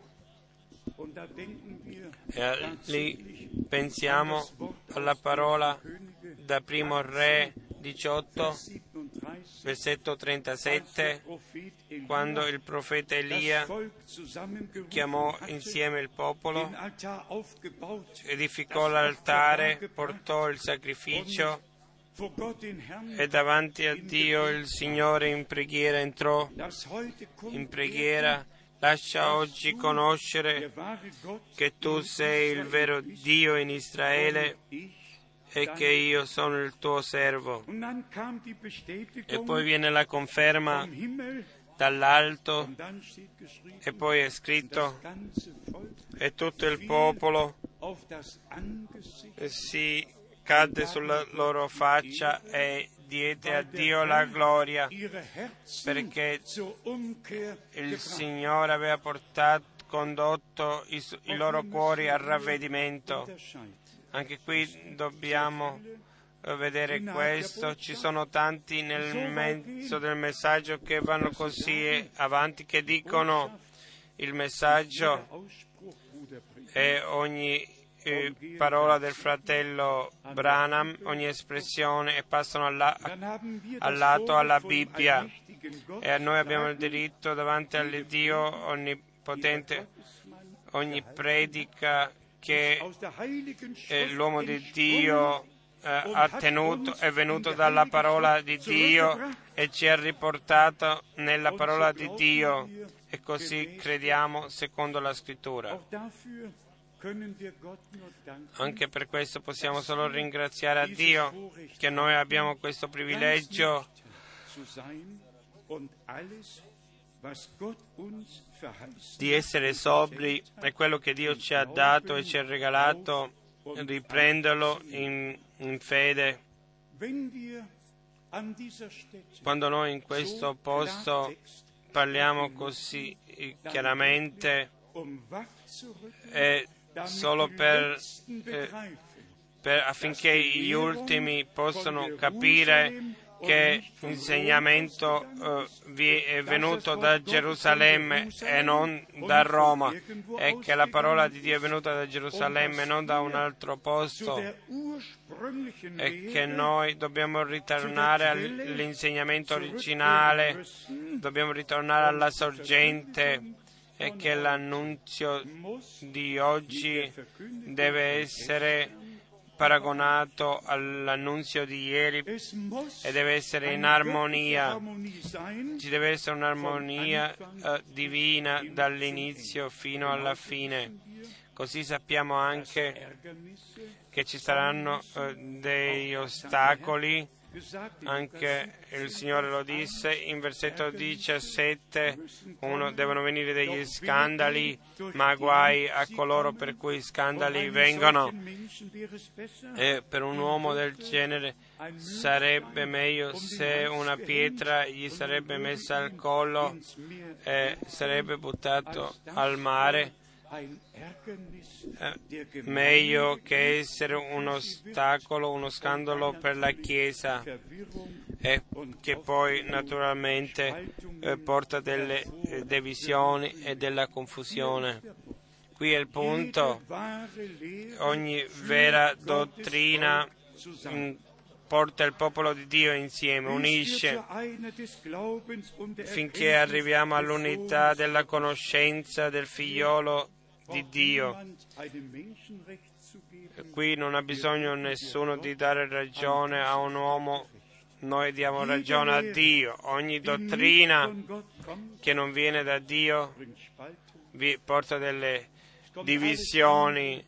E lì pensiamo alla parola da Primo Re diciotto, versetto trentasette, quando il profeta Elia chiamò insieme il popolo, edificò l'altare, portò il sacrificio e davanti a Dio il Signore in preghiera entrò, in preghiera. Lascia oggi conoscere che tu sei il vero Dio in Israele e che io sono il tuo servo. E poi viene la conferma dall'alto e poi è scritto: e tutto il popolo si cadde sulla loro faccia e diede a Dio la gloria, perché il Signore aveva portato, condotto i, i loro cuori al ravvedimento. Anche qui dobbiamo vedere questo. Ci sono tanti nel mezzo del messaggio che vanno così avanti, che dicono il messaggio e ogni eh, parola del fratello Branham, ogni espressione, e passano alla, al lato alla Bibbia. E noi abbiamo il diritto davanti all'Iddio Onnipotente, ogni predica che eh, l'uomo di Dio eh, ha tenuto è venuto dalla parola di Dio e ci ha riportato nella parola di Dio, e così crediamo secondo la Scrittura. Anche per questo possiamo solo ringraziare a Dio che noi abbiamo questo privilegio di essere sobri, e quello che Dio ci ha dato e ci ha regalato, riprenderlo in, in fede. Quando noi in questo posto parliamo così chiaramente, è solo per, eh, per affinché gli ultimi possano capire che l'insegnamento eh, vi è venuto da Gerusalemme e non da Roma, e che la parola di Dio è venuta da Gerusalemme e non da un altro posto, e che noi dobbiamo ritornare all'insegnamento originale, dobbiamo ritornare alla sorgente, e che l'annunzio di oggi deve essere paragonato all'annunzio di ieri e deve essere in armonia. Ci deve essere un'armonia uh, divina dall'inizio fino alla fine. Così sappiamo anche che ci saranno uh, degli ostacoli. Anche il Signore lo disse in versetto diciassette, uno, devono venire degli scandali, ma guai a coloro per cui scandali vengono. E per un uomo del genere sarebbe meglio se una pietra gli sarebbe messa al collo e sarebbe buttato al mare. Eh, meglio che essere un ostacolo, uno scandalo per la Chiesa, e che poi naturalmente eh, porta delle eh, divisioni e della confusione. Qui è il punto: ogni vera dottrina mh, porta il popolo di Dio insieme, unisce, finché arriviamo all'unità della conoscenza del figliolo di Dio. Qui non ha bisogno nessuno di dare ragione a un uomo, noi diamo ragione a Dio. Ogni dottrina che non viene da Dio vi porta delle divisioni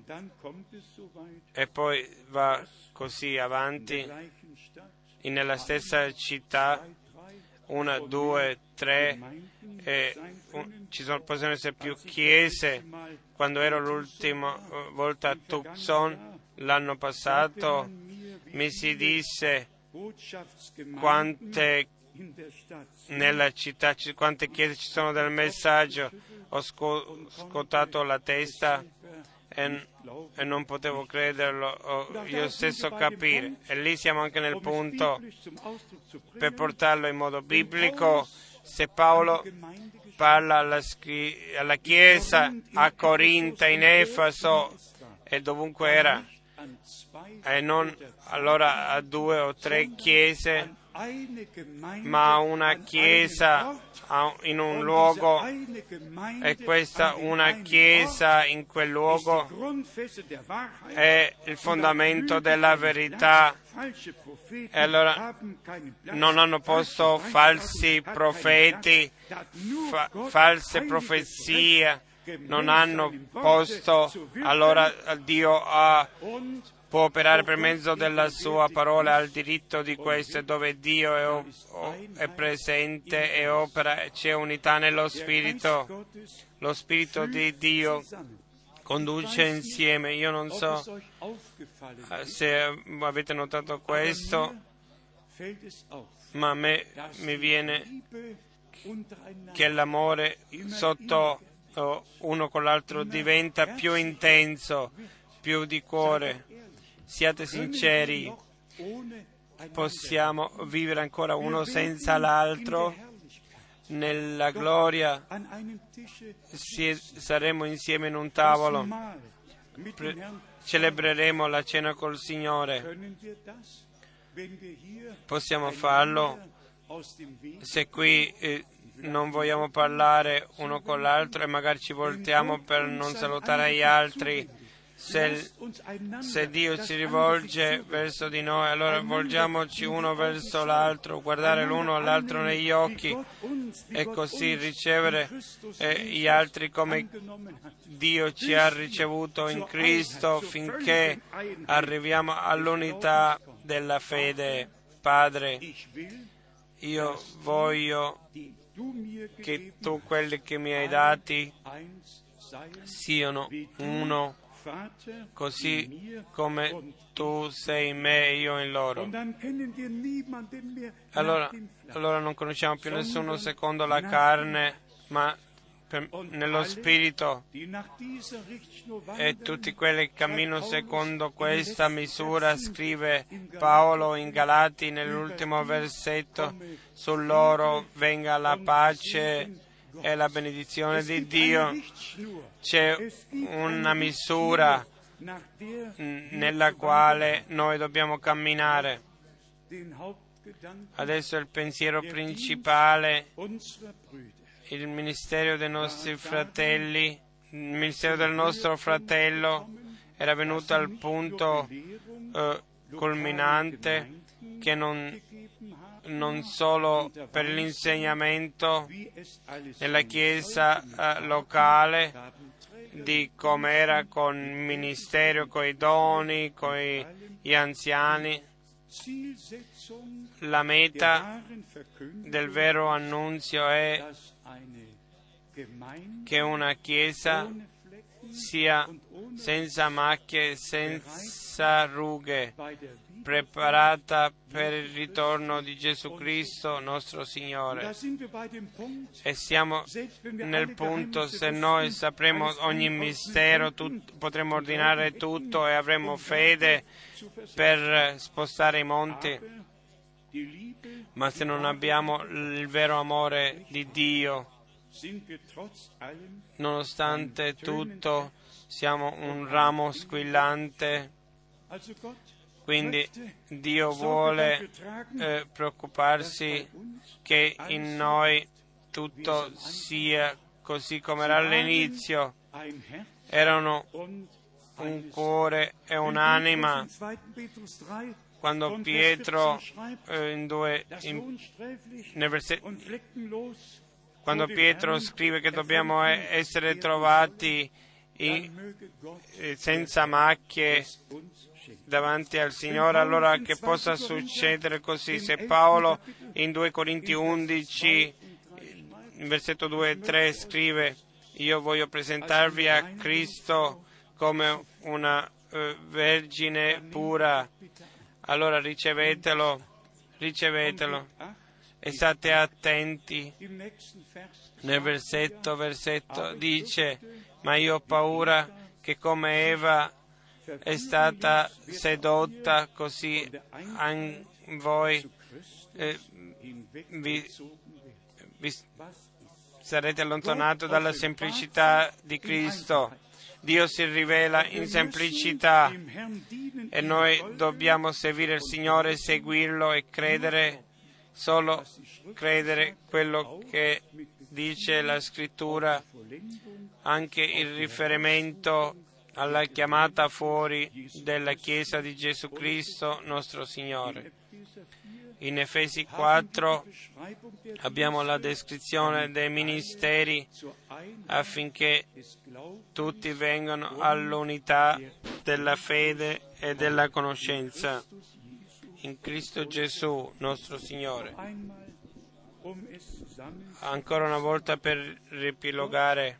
e poi va così avanti. Nella stessa città, una, due, tre, e un, ci sono, possono essere più chiese. Quando ero l'ultima volta a Tucson l'anno passato, mi si disse quante nella città, quante chiese ci sono del messaggio. Ho sco, scottato la testa e, e non potevo crederlo, o io stesso capire. E lì siamo anche nel punto per portarlo in modo biblico. Se Paolo parla alla, alla Chiesa a Corinta, in Efeso e dovunque era, e non allora a due o tre chiese, ma a una chiesa in un luogo, e questa una chiesa in quel luogo è il fondamento della verità. E allora non hanno posto falsi profeti, fa, false profezie, non hanno posto, allora Dio ha può operare per mezzo della sua parola, al diritto di questo, dove Dio è, o, è presente e opera, c'è unità nello Spirito. Lo Spirito di Dio conduce insieme. Io non so se avete notato questo, ma a me mi viene che l'amore sotto uno con l'altro diventa più intenso, più di cuore. Siate sinceri, possiamo vivere ancora uno senza l'altro nella gloria? Si, saremo insieme in un tavolo, Pre- celebreremo la cena col Signore. Possiamo farlo se qui eh, non vogliamo parlare uno con l'altro e magari ci voltiamo per non salutare gli altri. Se, se Dio si rivolge verso di noi, allora volgiamoci uno verso l'altro, guardare l'uno all'altro negli occhi e così ricevere eh, gli altri come Dio ci ha ricevuto in Cristo, finché arriviamo all'unità della fede. Padre, io voglio che tu quelli che mi hai dati siano uno, così come tu sei in me e io in loro. Allora, allora non conosciamo più nessuno secondo la carne, ma per, nello Spirito, e tutti quelli che camminano secondo questa misura, scrive Paolo in Galati nell'ultimo versetto, su loro venga la pace e la benedizione di Dio. C'è una misura nella quale noi dobbiamo camminare. Adesso il pensiero principale, il ministero dei nostri fratelli, il ministero del nostro fratello era venuto al punto eh, culminante che non non solo per l'insegnamento nella chiesa eh, locale di come era con il ministero, con i doni, con gli anziani. La meta del vero annunzio è che una chiesa sia senza macchie, senza rughe, preparata per il ritorno di Gesù Cristo, nostro Signore. E siamo nel punto, se noi sapremo ogni mistero, tut, potremo ordinare tutto e avremo fede per spostare i monti, ma se non abbiamo il vero amore di Dio, nonostante tutto, siamo un ramo squillante. Quindi Dio vuole eh, preoccuparsi che in noi tutto sia così come era all'inizio, erano un cuore e un'anima. Quando Pietro eh, in due, in, nel versetto, quando Pietro scrive che dobbiamo essere trovati in, eh, senza macchie davanti al Signore, allora che possa succedere così. Se Paolo in due Corinti undici, in versetto due e tre scrive: io voglio presentarvi a Cristo come una eh, vergine pura, allora ricevetelo, ricevetelo e state attenti. Nel versetto, versetto dice: ma io ho paura che come Eva è stata sedotta, così anche voi eh, vi, vi sarete allontanato dalla semplicità di Cristo. Dio si rivela in semplicità e noi dobbiamo servire il Signore, seguirlo e credere, solo credere quello che dice la Scrittura, anche il riferimento alla chiamata fuori della Chiesa di Gesù Cristo, nostro Signore. In Efesi quattro abbiamo la descrizione dei ministeri affinché tutti vengano all'unità della fede e della conoscenza in Cristo Gesù, nostro Signore. Ancora una volta per riepilogare,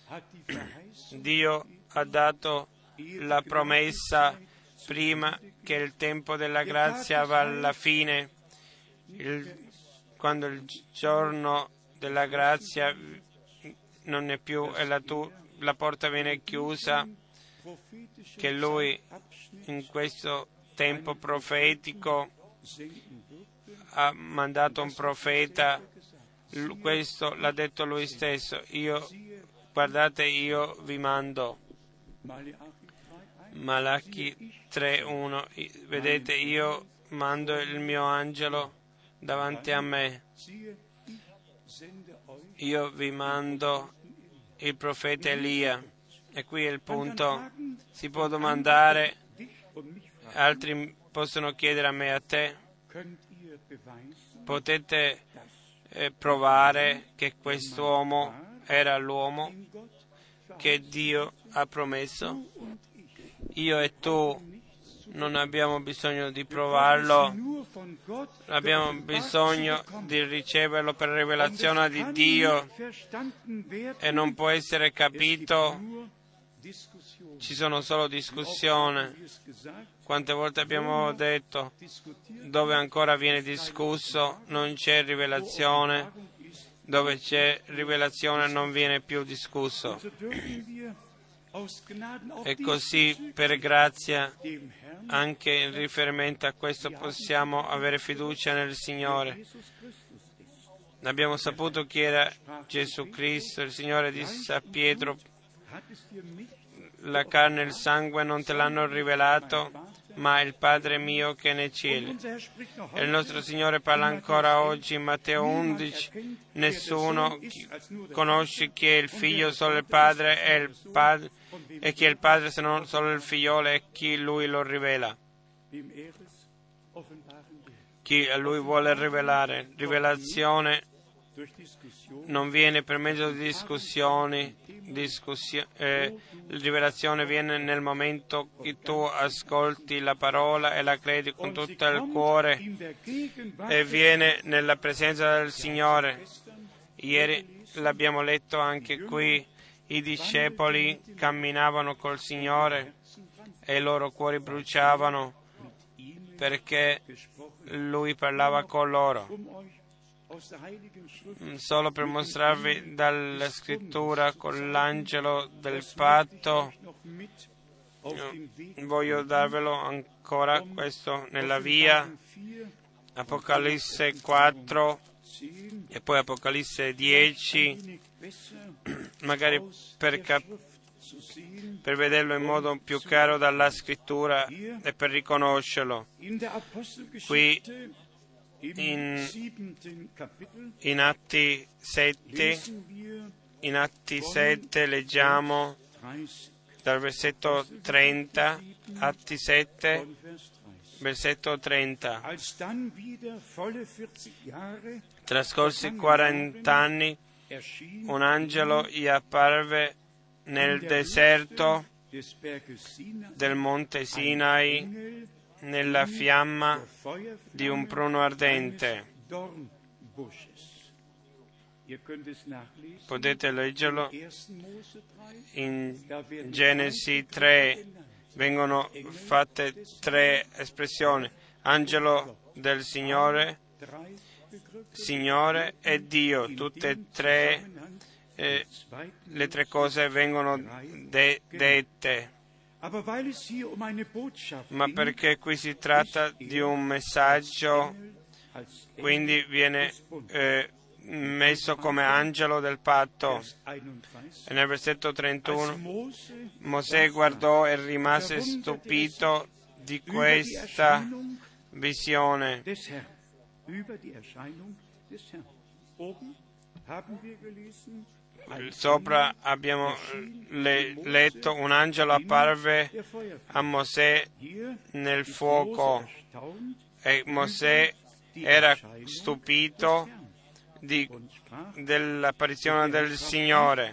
Dio ha dato la promessa prima che il tempo della grazia va alla fine. Il, quando il giorno della grazia non è più e la, tu, la porta viene chiusa, che Lui in questo tempo profetico ha mandato un profeta, questo l'ha detto Lui stesso: io, guardate, io vi mando. Malachi tre uno, vedete, io mando il mio angelo davanti a me, io vi mando il profeta Elia. E qui è il punto: si può domandare, altri possono chiedere a me e a te, potete eh, provare che quest'uomo era l'uomo che Dio ha promesso? Io e tu non abbiamo bisogno di provarlo, abbiamo bisogno di riceverlo per rivelazione di Dio e non può essere capito. Ci sono solo discussioni. Quante volte abbiamo detto, dove ancora viene discusso non c'è rivelazione, dove c'è rivelazione non viene più discusso. E così per grazia, anche in riferimento a questo, possiamo avere fiducia nel Signore. Abbiamo saputo chi era Gesù Cristo. Il Signore disse a Pietro: la carne e il sangue non te l'hanno rivelato, ma il Padre mio che è nei cieli. E il nostro Signore parla ancora oggi in Matteo undici: nessuno conosce chi è il Figlio, solo il Padre, e, il padre, e chi è il Padre se non solo il Figliolo e chi Lui lo rivela. Chi a Lui vuole rivelare. Rivelazione non viene per mezzo di discussioni, discussio, eh, rivelazione viene nel momento che tu ascolti la parola e la credi con tutto il cuore, e viene nella presenza del Signore. Ieri l'abbiamo letto anche qui: i discepoli camminavano col Signore e i loro cuori bruciavano perché Lui parlava con loro. Solo per mostrarvi dalla Scrittura con l'angelo del patto, voglio darvelo ancora questo nella via, Apocalisse quattro e poi Apocalisse dieci, magari per, cap- per vederlo in modo più chiaro dalla Scrittura e per riconoscerlo. Qui In, in Atti sette, in Atti sette leggiamo dal versetto trenta, Atti sette, versetto trenta. Trascorsi quaranta anni, un angelo gli apparve nel deserto del monte Sinai nella fiamma di un pruno ardente. Potete leggerlo in Genesi tre, vengono fatte tre espressioni: angelo del Signore, Signore e Dio. Tutte e tre eh, le tre cose vengono de- dette. Ma perché qui si tratta di un messaggio, quindi viene eh, messo come angelo del patto. E nel versetto trentuno Mosè guardò e rimase stupito di questa visione. Sopra abbiamo le, letto: un angelo apparve a Mosè nel fuoco, e Mosè era stupito di, dell'apparizione del Signore.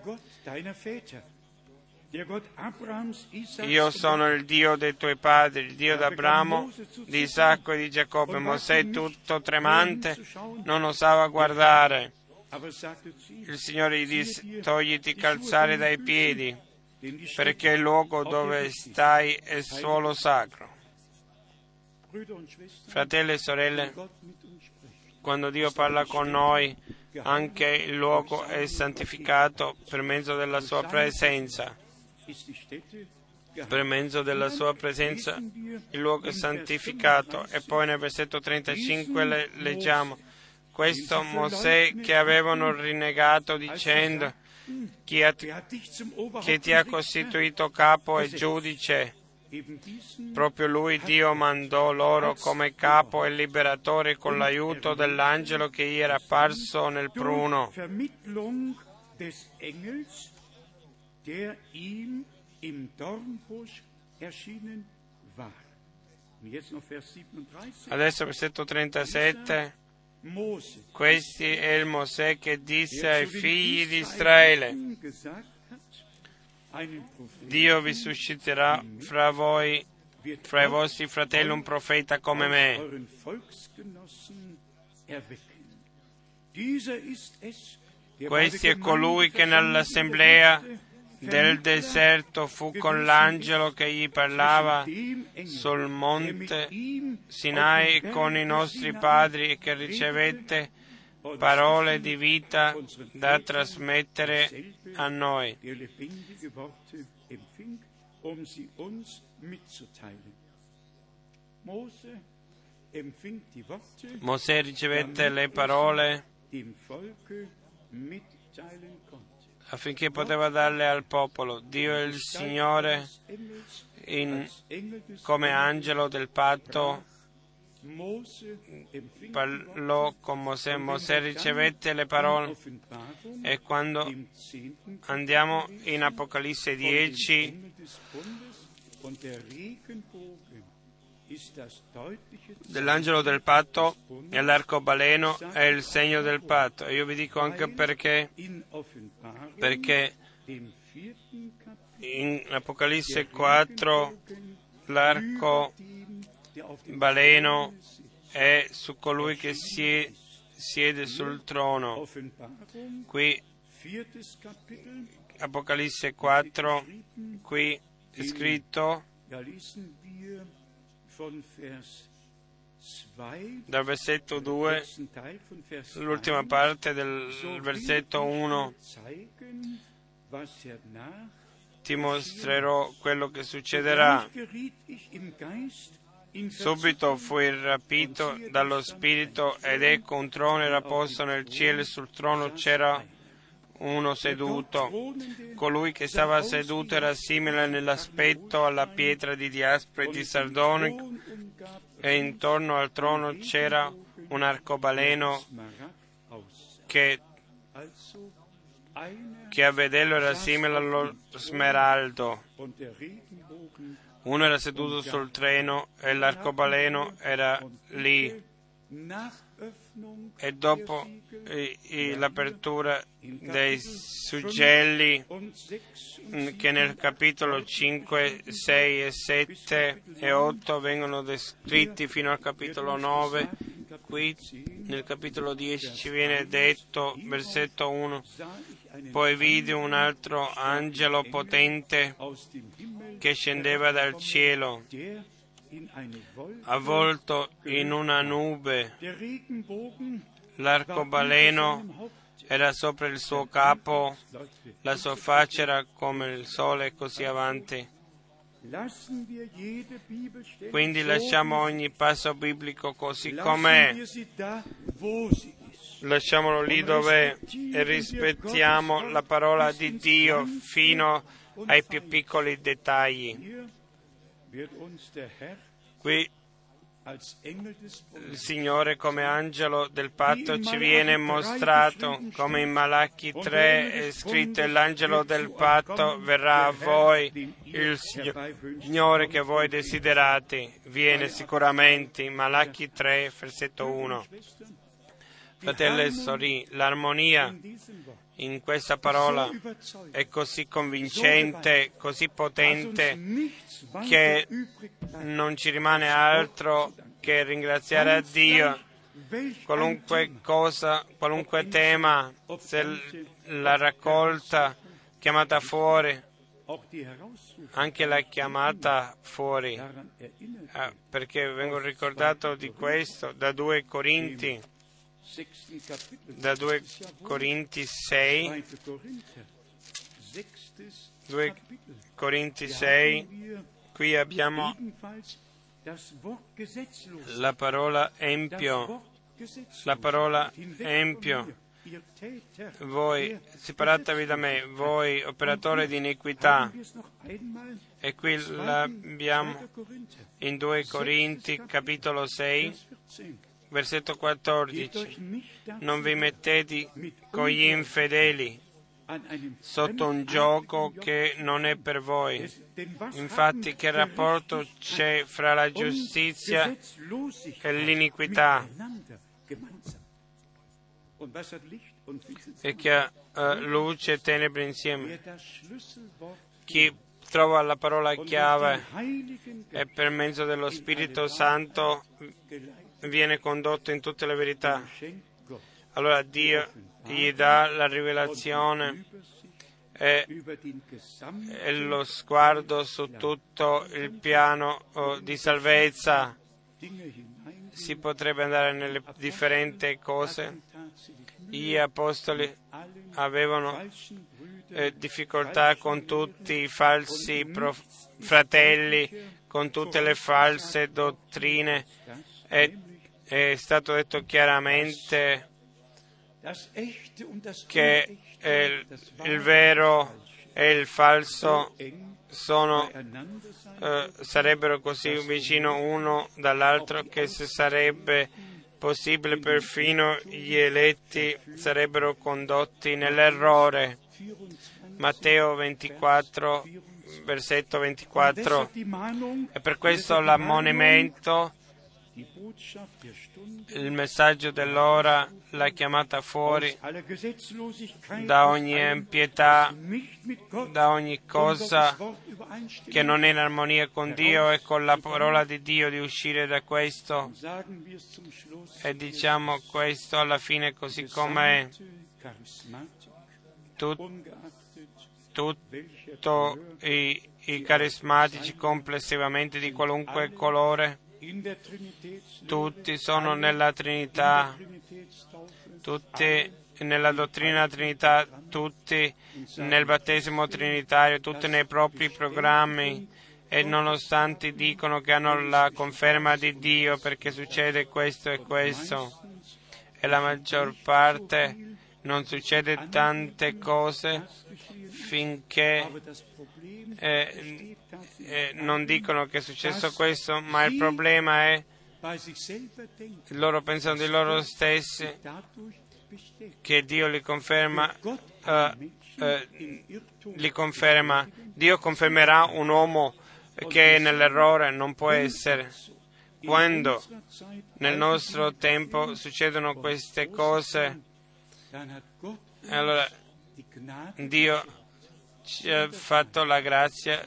Io sono il Dio dei tuoi padri, il Dio di Abramo, di Isacco e di Giacobbe. Mosè, tutto tremante, non osava guardare. Il Signore gli disse: togliti calzare dai piedi, perché il luogo dove stai è solo sacro. Fratelli e sorelle, quando Dio parla con noi, anche il luogo è santificato per mezzo della sua presenza. Per mezzo della sua presenza il luogo è santificato. E poi nel versetto trentacinque le, leggiamo: questo Mosè che avevano rinnegato dicendo: chi, ha, chi ti ha costituito capo e giudice? Proprio lui Dio mandò loro come capo e liberatore con l'aiuto dell'angelo che gli era apparso nel pruno. Adesso versetto trentasette. Questo è il Mosè che disse ai figli di Israele: Dio vi susciterà fra voi, fra i vostri fratelli, un profeta come me. Questo è colui che nell'assemblea del deserto fu con l'angelo che gli parlava sul monte Sinai con i nostri padri, e che ricevette parole di vita da trasmettere a noi. Mosè ricevette le parole affinché poteva darle al popolo. Dio è il Signore in, come angelo del patto parlò con Mosè. Mosè ricevette le parole, e quando andiamo in Apocalisse dieci, dell'angelo del patto e l'arcobaleno è il segno del patto. E io vi dico anche perché, perché in Apocalisse quattro l'arcobaleno è su colui che si siede sul trono. Qui Apocalisse quattro, qui è scritto dal versetto due, l'ultima parte del versetto uno: ti mostrerò quello che succederà. Subito fui rapito dallo Spirito, ed ecco un trono era posto nel cielo, e sul trono c'era uno seduto. Colui che stava seduto era simile nell'aspetto alla pietra di diaspro e di sardonico, e intorno al trono c'era un arcobaleno che che a vederlo era simile allo smeraldo. Uno era seduto sul treno e l'arcobaleno era lì. E dopo eh, eh, l'apertura dei suggelli, che nel capitolo cinque, sei e sette e otto vengono descritti fino al capitolo nove, qui nel capitolo dieci ci viene detto, versetto uno, poi vidi un altro angelo potente che scendeva dal cielo, avvolto in una nube. L'arcobaleno era sopra il suo capo, la sua faccia era come il sole e così avanti. Quindi lasciamo ogni passo biblico così com'è, lasciamolo lì dov'è e rispettiamo la parola di Dio fino ai più piccoli dettagli. Qui il Signore come angelo del patto ci viene mostrato, come in Malachi tre è scritto, e l'angelo del patto verrà a voi, il Signore che voi desiderate viene sicuramente. Malachi tre, versetto uno. Fratelli e sorelle, l'armonia in questa parola è così convincente, così potente, che non ci rimane altro che ringraziare a Dio. Qualunque cosa, qualunque tema, se la raccolta, chiamata fuori, anche la chiamata fuori, eh, perché vengo ricordato di questo da due Corinti, da due Corinti sei, due Corinti sei, qui abbiamo la parola empio, la parola empio. Voi, separatevi da me, voi operatori di iniquità. E qui l'abbiamo in due Corinti, capitolo sei, versetto quattordici. Non vi mettete con gli infedeli sotto un gioco che non è per voi. Infatti, che rapporto c'è fra la giustizia e l'iniquità? E che ha uh, luce e tenebre insieme. Chi trova la parola chiave e per mezzo dello Spirito Santo viene condotto in tutte le verità. Allora Dio gli dà la rivelazione e, e lo sguardo su tutto il piano oh, di salvezza. Si potrebbe andare nelle differenti cose. Gli apostoli avevano eh, difficoltà con tutti i falsi prof- fratelli, con tutte le false dottrine. E è stato detto chiaramente che eh, il vero e il falso sono, eh, sarebbero così vicino uno dall'altro che se sarebbe possibile perfino gli eletti sarebbero condotti nell'errore. Matteo ventiquattro, versetto ventiquattro. E per questo l'ammonimento, il messaggio dell'ora, la chiamata fuori da ogni impietà, da ogni cosa che non è in armonia con Dio e con la parola di Dio, di uscire da questo. E diciamo questo alla fine così com'è. Tut, tutto i, i carismatici complessivamente di qualunque colore, tutti sono nella Trinità, tutti nella dottrina Trinità, tutti nel battesimo trinitario, tutti nei propri programmi, e nonostante dicono che hanno la conferma di Dio perché succede questo e questo, e la maggior parte non succede tante cose finché eh, eh, non dicono che è successo questo, ma il problema è loro pensano di loro stessi che Dio li conferma, uh, uh, li conferma. Dio confermerà un uomo che nell'errore non può essere. Quando nel nostro tempo succedono queste cose, allora Dio ci ha fatto la grazia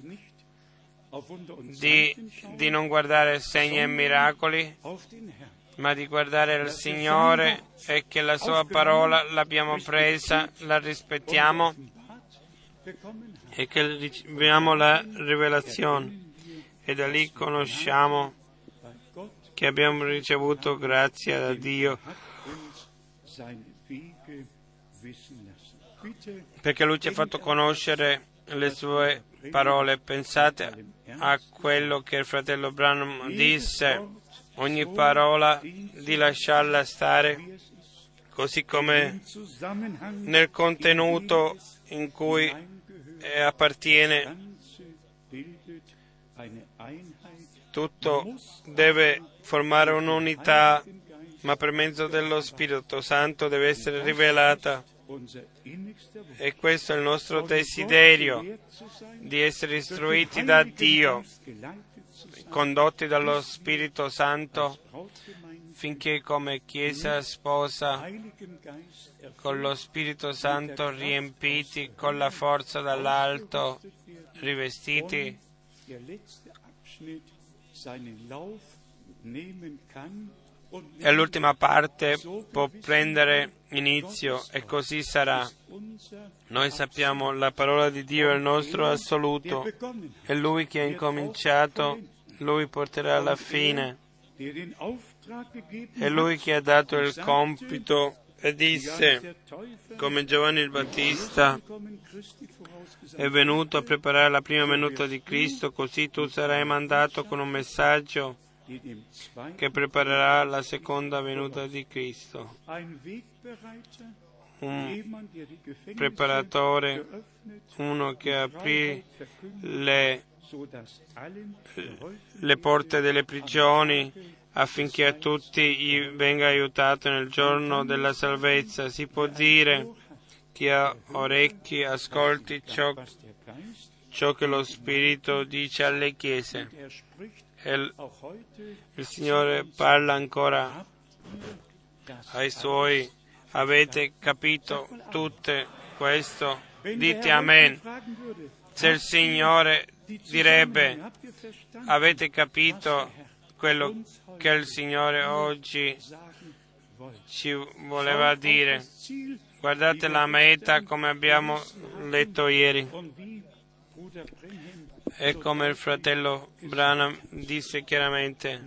di, di non guardare segni e miracoli, ma di guardare il Signore, e che la Sua parola l'abbiamo presa, la rispettiamo e che riceviamo la rivelazione, e da lì conosciamo che abbiamo ricevuto grazia da Dio, perché Lui ci ha fatto conoscere le Sue parole. Pensate a quello che il fratello Branham disse: ogni parola di lasciarla stare così come nel contenuto in cui appartiene. Tutto deve formare un'unità, ma per mezzo dello Spirito Santo deve essere rivelata. E questo è il nostro desiderio, di essere istruiti da Dio, condotti dallo Spirito Santo, finché come Chiesa sposa, con lo Spirito Santo riempiti, con la forza dall'alto, rivestiti, e l'ultima parte può prendere inizio, e così sarà. Noi sappiamo la parola di Dio è il nostro assoluto, è Lui che ha incominciato, Lui porterà alla fine. È Lui che ha dato il compito e disse, come Giovanni il Battista è venuto a preparare la prima venuta di Cristo, così tu sarai mandato con un messaggio che preparerà la seconda venuta di Cristo. Un preparatore, uno che aprì le, le porte delle prigioni affinché a tutti venga aiutato nel giorno della salvezza. Si può dire: chi ha orecchi ascolti ciò, ciò che lo Spirito dice alle chiese. Il, il Signore parla ancora ai Suoi. Avete capito tutte questo? Dite Amen. Se il Signore direbbe: avete capito quello che il Signore oggi ci voleva dire? Guardate la meta, come abbiamo letto ieri. E come il fratello Branham disse chiaramente,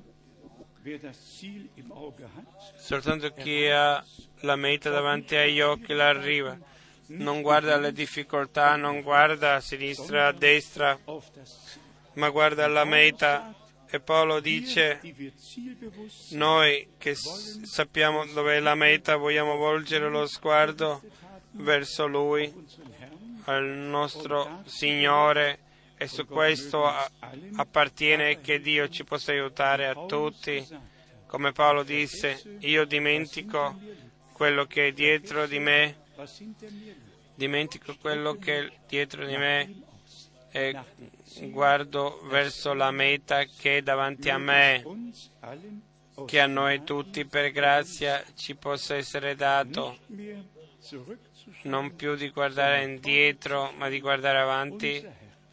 soltanto chi ha la meta davanti agli occhi la arriva. Non guarda alle difficoltà, non guarda a sinistra, a destra, ma guarda alla meta. E Paolo dice: noi che sappiamo dov'è la meta vogliamo volgere lo sguardo verso Lui, al nostro Signore, e su questo appartiene che Dio ci possa aiutare a tutti. Come Paolo disse: io dimentico quello che è dietro di me, dimentico quello che è dietro di me e guardo verso la meta che è davanti a me, che a noi tutti per grazia ci possa essere dato, non più di guardare indietro, ma di guardare avanti.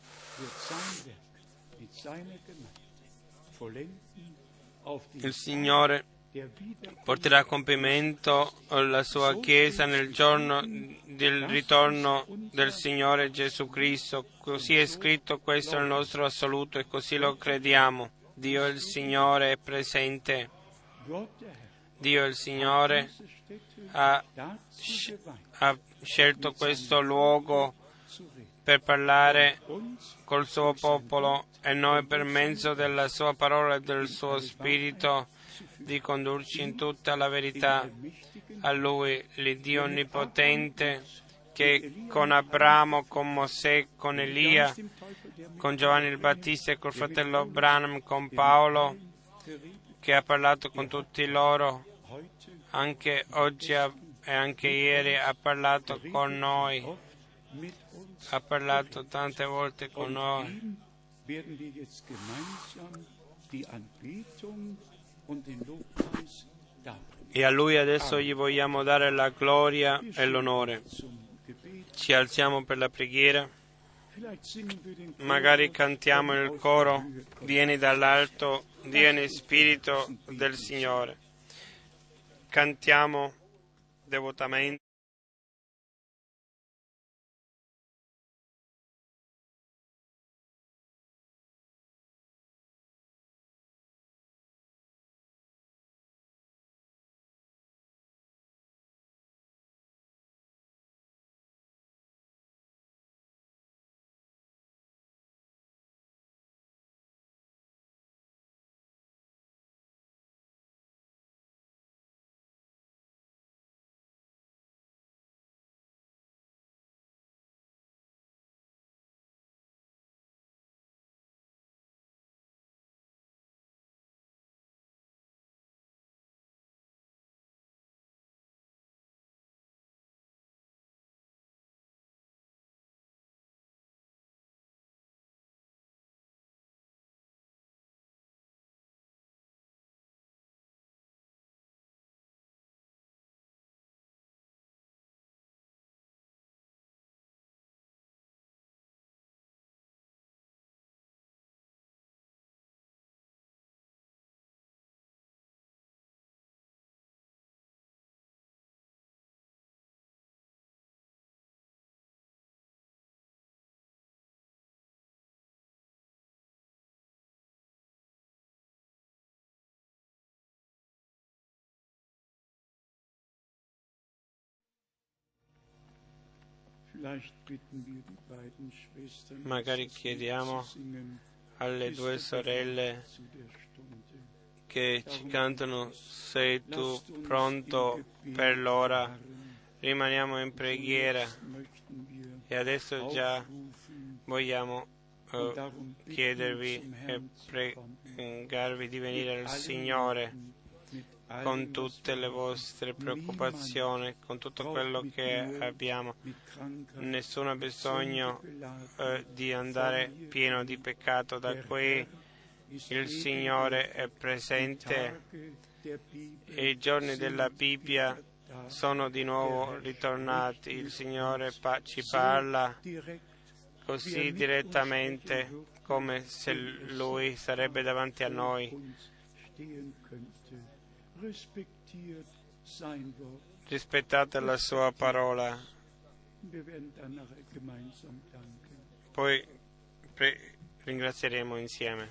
Il Signore porterà a compimento la sua Chiesa nel giorno del ritorno del Signore Gesù Cristo. Così è scritto, questo è il nostro assoluto e così lo crediamo. Dio il Signore è presente. Dio il Signore ha, ha scelto questo luogo per parlare col suo popolo, e noi per mezzo della sua parola e del suo Spirito di condurci in tutta la verità. A Lui, l'Iddio Onnipotente, che con Abramo, con Mosè, con Elia, con Giovanni il Battista e col fratello Branham, con Paolo, che ha parlato con tutti loro, anche oggi ha e anche ieri ha parlato con noi, ha parlato tante volte con noi. E a Lui adesso gli vogliamo dare la gloria e l'onore. Ci alziamo per la preghiera. Magari cantiamo il coro, vieni dall'alto, vieni Spirito del Signore. Cantiamo devotamente. Magari chiediamo alle due sorelle che ci cantano "Sei tu pronto per l'ora", rimaniamo in preghiera e adesso già vogliamo uh, chiedervi e pregarvi di venire al Signore con tutte le vostre preoccupazioni, con tutto quello che abbiamo. Nessuno ha bisogno eh, di andare pieno di peccato da qui. Il Signore è presente e i giorni della Bibbia sono di nuovo ritornati. Il Signore pa- ci parla così direttamente come se Lui sarebbe davanti a noi. Rispettate la sua parola. Poi pre- ringrazieremo insieme.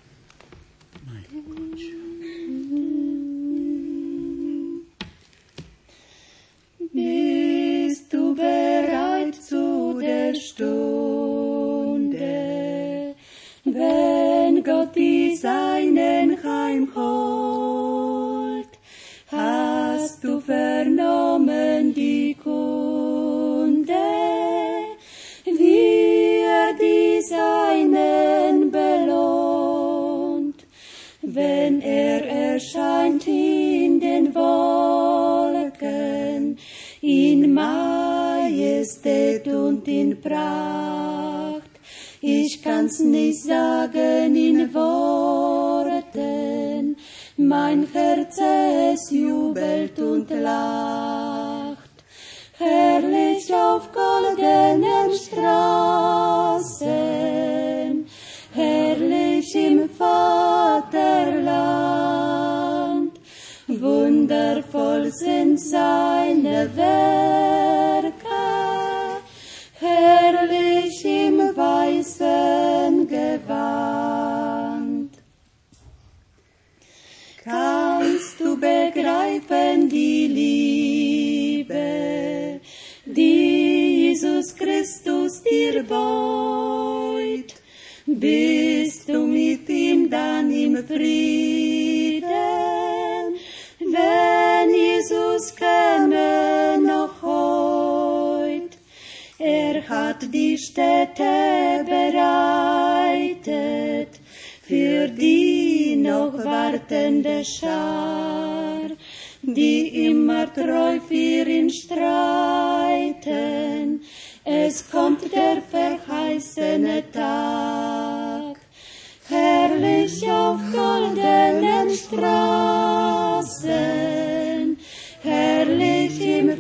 Bist du bereit zu der Stunde, wenn Gott die Seinen heimholt? Hast du vernommen die Kunde, wie er die Seinen belohnt, wenn er erscheint in den Wolken, in Majestät und in Pracht? Ich kann's nicht sagen in Worten, mein Herz es jubelt und lacht. Herrlich auf goldenen Straßen, herrlich im Vaterland, wundervoll sind seine Werke, herrlich im weißen Gewand. Kannst du begreifen die Liebe, die Jesus Christus dir beut? Bist du mit ihm dann im Frieden, wenn Jesus käme noch heut? Er hat die Stätte bereitet für die noch wartende Schar. die immer treu für ihn streiten. Es kommt der verheißene Tag, herrlich auf goldenen Straßen, herrlich im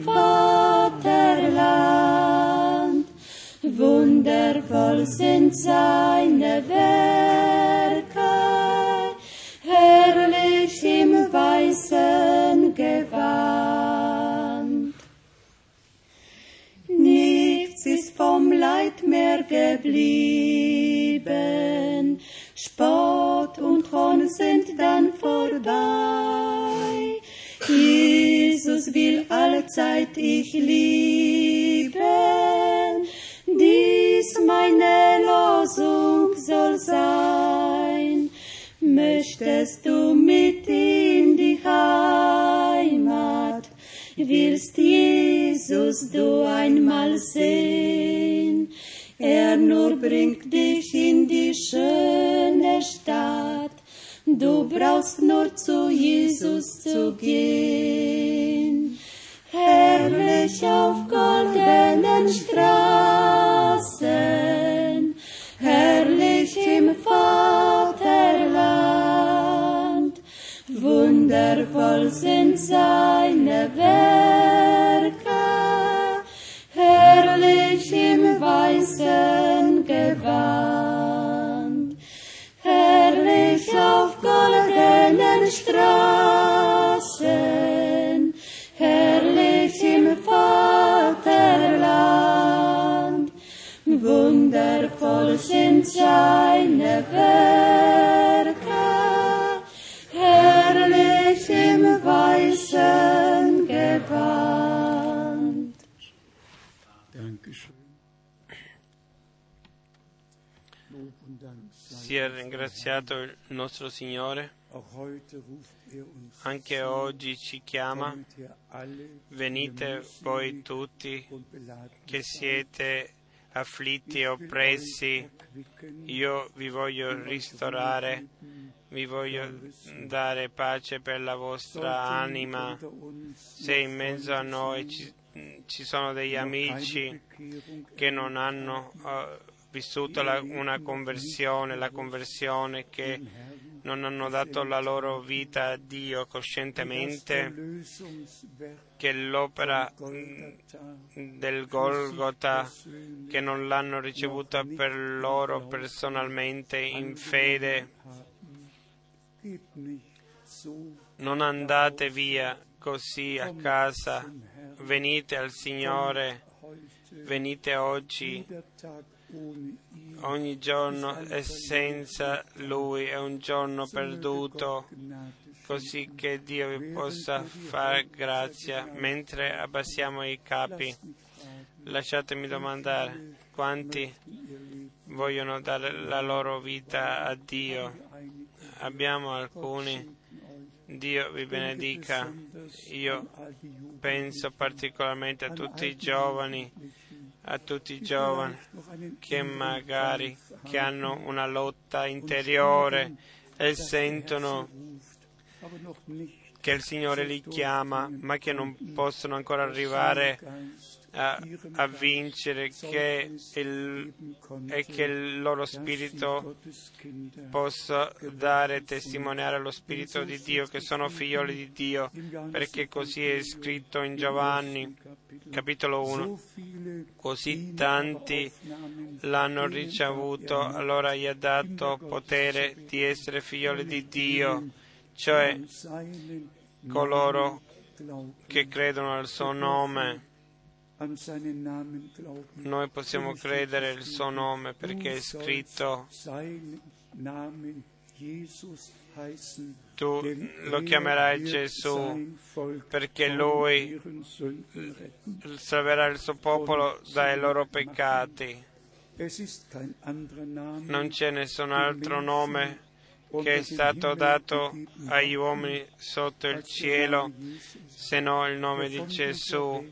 Vaterland. Wundervoll sind seine Werke, herrlich im weißen Gewand. Nichts ist vom Leid mehr geblieben, Spott und Hohn sind dann vorbei. Jesus will allzeit ich lieben, dies meine Losung soll sein. Möchtest du mit in die Heimat, willst Jesus du einmal sehen? Er nur bringt dich in die schöne Stadt, du brauchst nur zu Jesus zu gehen. Herrlich auf goldenen Straßen, herrlich im Vaterland, wundervoll sind seine Werke, herrlich im weißen Gewand, herrlich auf goldenen Straßen, herrlich im Vaterland, wundervoll sind seine Werke, herrlich im weißen Gewand. Dankeschön. Lob und Dank sei Sia ringraziato il nostro Signore. auch heute ruft er uns Anche oggi ci chiama, kommt her alle, venite voi tutti und beladen che siete afflitti e oppressi, io vi voglio ristorare, vi voglio dare pace per la vostra anima. Se in mezzo a noi ci, ci sono degli amici che non hanno uh, vissuto la, una conversione, la conversione, che non hanno dato la loro vita a Dio coscientemente, che l'opera del Golgota, che non l'hanno ricevuta per loro personalmente in fede, non andate via così a casa, venite al Signore, venite oggi. Ogni giorno è senza Lui, è un giorno perduto, così che Dio vi possa fare grazia. Mentre abbassiamo i capi, lasciatemi domandare, quanti vogliono dare la loro vita a Dio? Abbiamo alcuni? Dio vi benedica. Io penso particolarmente a tutti i giovani, a tutti i giovani che magari che hanno una lotta interiore e sentono che il Signore li chiama, ma che non possono ancora arrivare a, a vincere, che il, e che il loro spirito possa dare testimoniare allo Spirito di Dio che sono figlioli di Dio, perché così è scritto in Giovanni capitolo uno. Così tanti l'hanno ricevuto, allora gli ha dato potere di essere figlioli di Dio, cioè coloro che credono al suo nome. Noi possiamo credere al suo nome perché è scritto: tu lo chiamerai Gesù, perché lui salverà il suo popolo dai loro peccati. Non c'è nessun altro nome che è stato dato agli uomini sotto il cielo se no il nome di Gesù,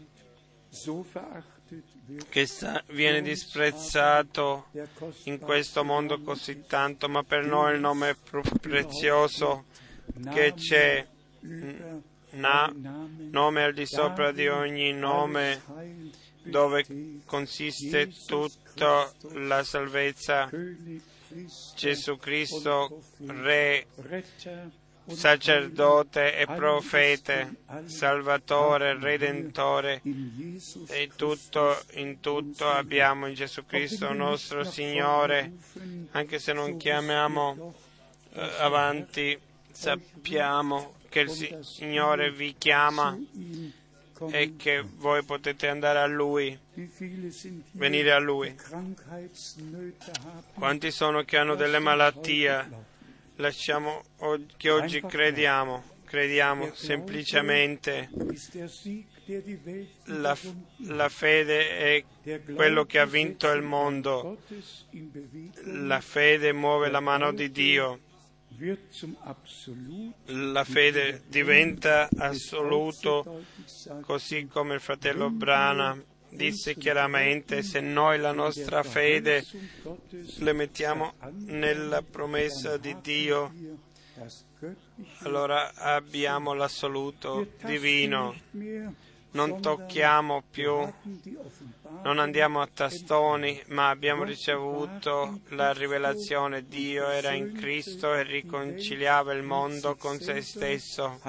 che sta, viene disprezzato in questo mondo così tanto, ma per noi il nome più prezioso che c'è na- nome al di sopra di ogni nome, dove consiste tutta la salvezza. Gesù Cristo, Re, sacerdote e profete, Salvatore, Redentore, e tutto in tutto abbiamo in Gesù Cristo nostro Signore. Anche se non chiamiamo eh, avanti, sappiamo che il Signore vi chiama e che voi potete andare a Lui, venire a Lui. Quanti sono che hanno delle malattie? Lasciamo che oggi crediamo, crediamo semplicemente. La, la fede è quello che ha vinto il mondo. La fede muove la mano di Dio. La fede diventa assoluto, così come il fratello Branham disse chiaramente: se noi la nostra fede le mettiamo nella promessa di Dio, allora abbiamo l'assoluto divino. Non tocchiamo più, non andiamo a tastoni, ma abbiamo ricevuto la rivelazione. Dio era in Cristo e riconciliava il mondo con se stesso.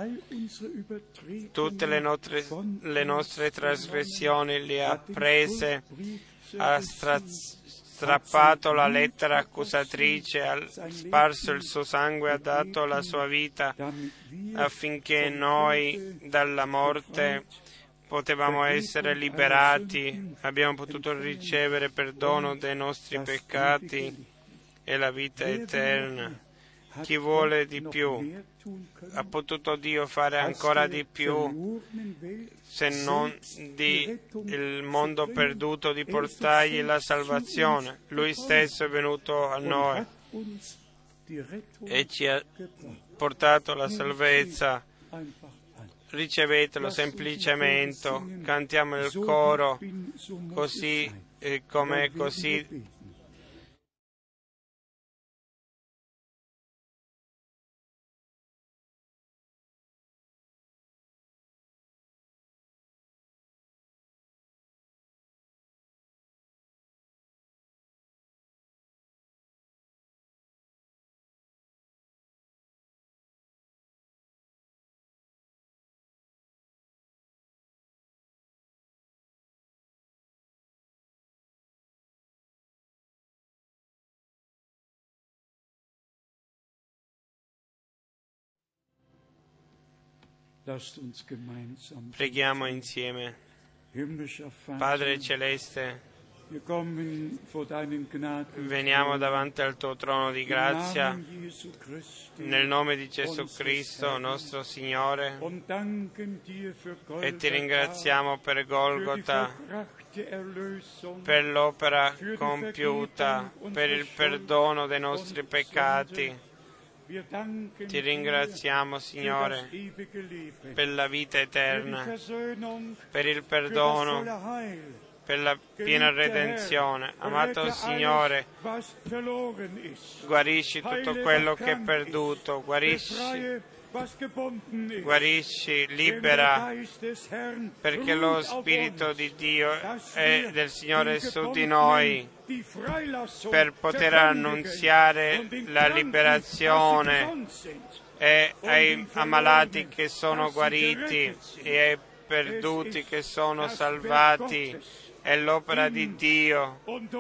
Tutte le nostre, le nostre trasgressioni le ha prese, ha stra- strappato la lettera accusatrice, ha sparso il suo sangue, ha dato la sua vita affinché noi dalla morte potevamo essere liberati, abbiamo potuto ricevere perdono dei nostri peccati e la vita eterna. Chi vuole di più? Ha potuto Dio fare ancora di più, se non di il mondo perduto, di portargli la salvazione? Lui stesso è venuto a noi e ci ha portato la salvezza. Ricevetelo semplicemente, cantiamo il coro, così eh, come così. Preghiamo insieme. Padre Celeste, veniamo davanti al Tuo trono di grazia nel nome di Gesù Cristo, nostro Signore, e Ti ringraziamo per Golgota, per l'opera compiuta, per il perdono dei nostri peccati. Ti ringraziamo, Signore, per la vita eterna, per il perdono, per la piena redenzione. Amato Signore, guarisci tutto quello che è perduto, guarisci, guarisci, libera, perché lo Spirito di Dio e del Signore è su di noi, per poter annunziare la liberazione e ai ammalati che sono guariti e ai perduti che sono salvati. È l'opera di Dio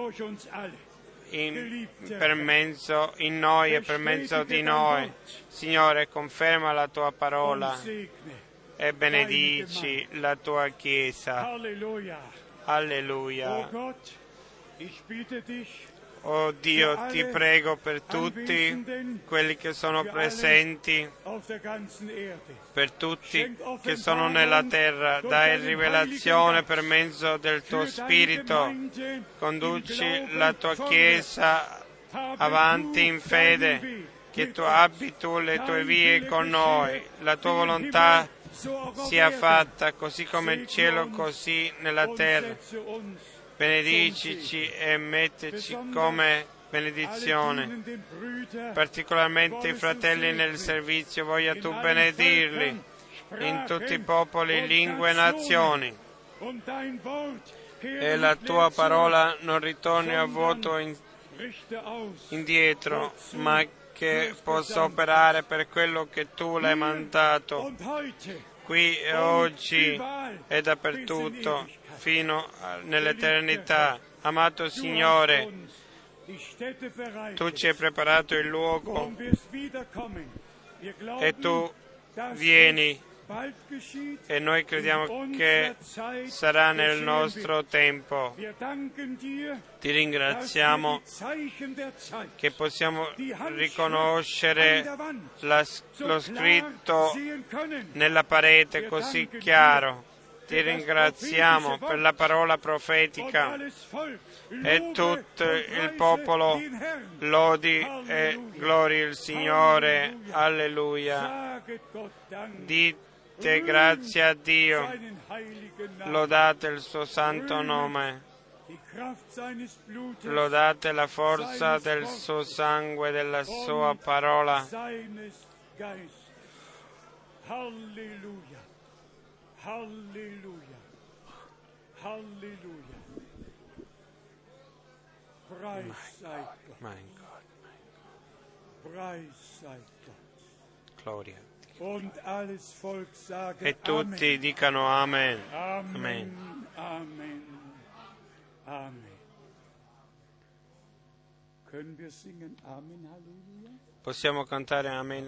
in, per mezzo in noi e per mezzo di noi. Signore, conferma la Tua parola e benedici la Tua Chiesa. Alleluia. Oh Dio, Ti prego per tutti quelli che sono presenti, per tutti che sono nella terra. Dai rivelazione per mezzo del Tuo Spirito. Conduci la Tua Chiesa avanti in fede, che Tu abbi Tu le Tue vie con noi. La Tua volontà sia fatta così come il cielo, così nella terra. Benedicici e metteci come benedizione, particolarmente i fratelli nel servizio, voglia Tu benedirli, in tutti i popoli, lingue e nazioni. E la tua parola non ritorni a vuoto in, indietro, ma che possa operare per quello che tu l'hai mandato, qui e oggi e dappertutto, fino nell'eternità. Amato Signore, tu ci hai preparato il luogo e tu vieni, e noi crediamo che sarà nel nostro tempo. Ti ringraziamo che possiamo riconoscere la, lo scritto nella parete così chiaro. Ti ringraziamo per la parola profetica, e tutto il popolo lodi e glori il Signore. Alleluia. Dite grazie a Dio, lodate il suo santo nome, lodate la forza del suo sangue, della sua parola. Halleluja, Halleluja, Halleluja. Preis sei Gott, Mein Gott, Preis sei Gott. gloria. Und alles Volk sage E tutti Amen. dicano Amen. Amen, Amen. Amen, Amen. Können wir singen Amen, Halleluja? Possiamo cantare Amen.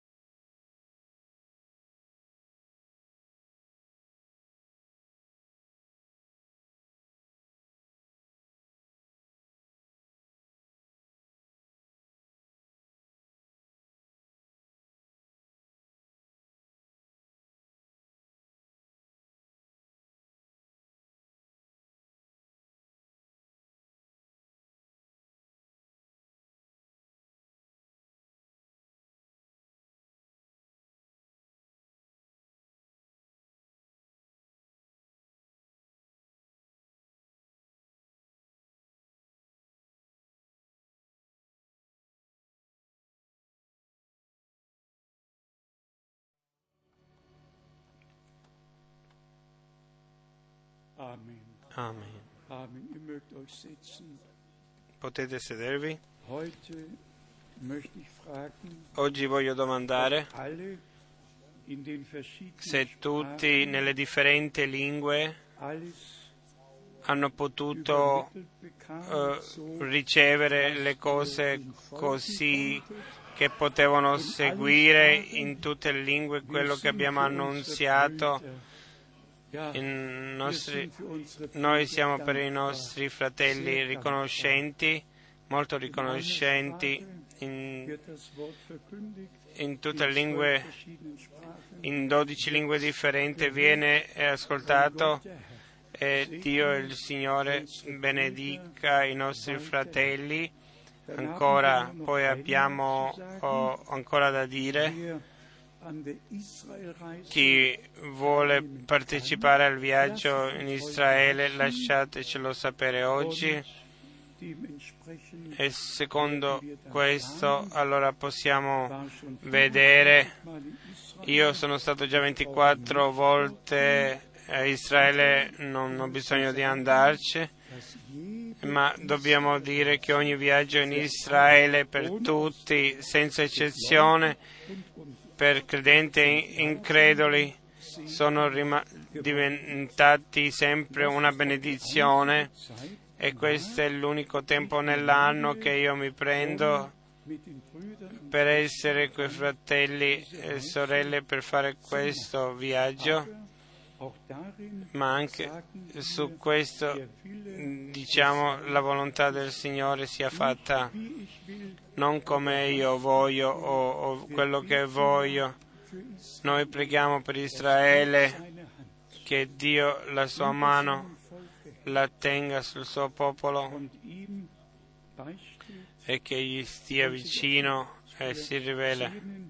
Amen. Amen. Amen. Ihr mögt euch setzen. Potete sedervi. Heute möchte ich fragen, Oggi voglio domandare alle in den verschiedenen se tutti Sprachen nelle differenti lingue alles hanno potuto übermittelt bekamen, eh, so ricevere le cose così che potevano seguire in tutte le lingue quello che abbiamo annunziato. In nostri, noi siamo per i nostri fratelli riconoscenti, molto riconoscenti in, in tutte le lingue, in dodici lingue differenti viene ascoltato, e Dio il Signore benedica i nostri fratelli. Ancora, poi abbiamo oh, ancora da dire. Chi vuole partecipare al viaggio in Israele, lasciatecelo sapere oggi, e secondo questo allora possiamo vedere. Io sono stato già ventiquattro volte a Israele, non ho bisogno di andarci, ma dobbiamo dire che ogni viaggio in Israele per tutti, senza eccezione, per credenti e increduli, sono rima- diventati sempre una benedizione, e questo è l'unico tempo nell'anno che io mi prendo per essere coi fratelli e sorelle per fare questo viaggio. Ma anche su questo, diciamo, la volontà del Signore sia fatta non come io voglio o, o quello che voglio. Noi preghiamo per Israele, che Dio la sua mano la tenga sul suo popolo e che gli stia vicino e si rivela.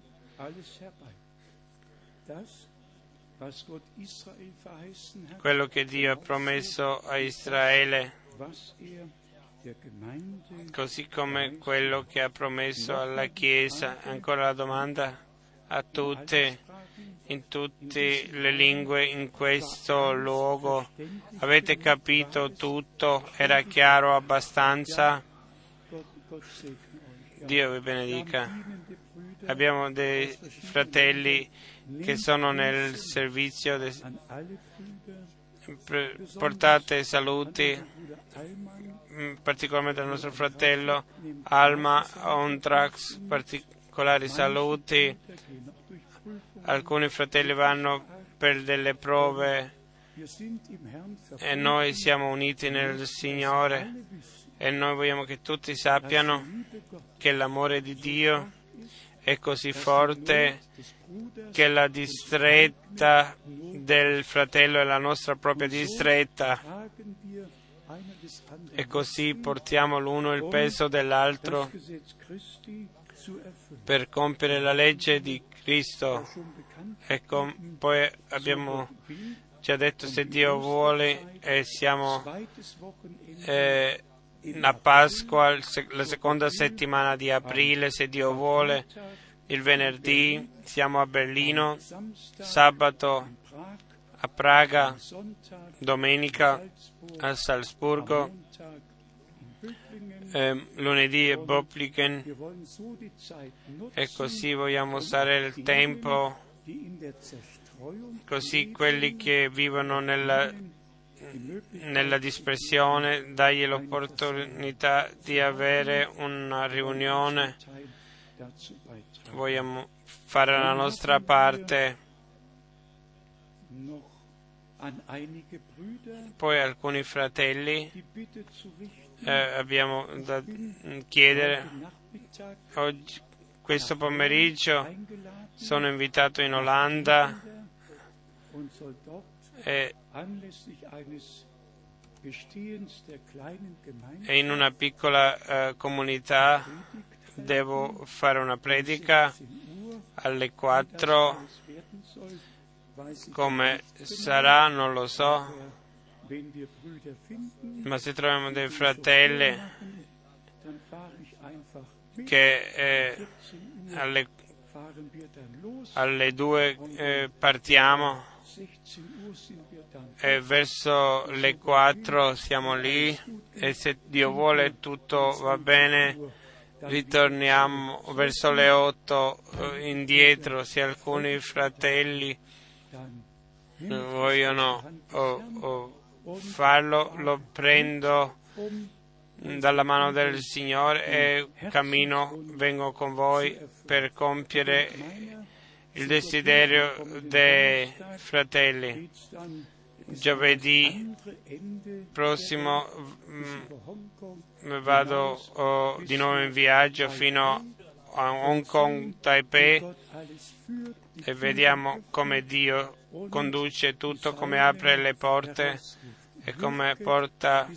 Quello che Dio ha promesso a Israele, così come quello che ha promesso alla Chiesa. Ancora la domanda a tutte, in tutte le lingue in questo luogo. Avete capito tutto? Era chiaro abbastanza? Dio vi benedica. Abbiamo dei fratelli che sono nel servizio. De... Portate saluti, particolarmente al nostro fratello Alma Ontrax, particolari saluti. Alcuni fratelli vanno per delle prove e noi siamo uniti nel Signore e noi vogliamo che tutti sappiano che l'amore di Dio è così forte che la distretta del fratello è la nostra propria distretta e così portiamo l'uno il peso dell'altro per compiere la legge di Cristo. E com- poi abbiamo già detto, se Dio vuole, e siamo eh, a Pasqua, la seconda settimana di aprile, se Dio vuole, il venerdì siamo a Berlino, sabato a Praga, domenica a Salzburgo, eh, lunedì a Böblingen, e così vogliamo usare il tempo, così quelli che vivono nella, nella dispersione, dargli l'opportunità di avere una riunione. Vogliamo fare la nostra parte. Poi alcuni fratelli eh, abbiamo da chiedere. Oggi, questo pomeriggio, sono invitato in Olanda e, e in una piccola eh, comunità devo fare una predica alle quattro. Come sarà non lo so, ma se troviamo dei fratelli che eh, alle, alle due eh, partiamo e verso le quattro siamo lì, e se Dio vuole tutto va bene, ritorniamo verso le otto eh, indietro. Se alcuni fratelli vogliono oh, oh, farlo, lo prendo dalla mano del Signore e cammino, vengo con voi per compiere il desiderio dei fratelli. Giovedì prossimo mh, vado oh, di nuovo in viaggio fino a Hong Kong, Taipei, e vediamo come Dio conduce tutto, come apre le porte e come porta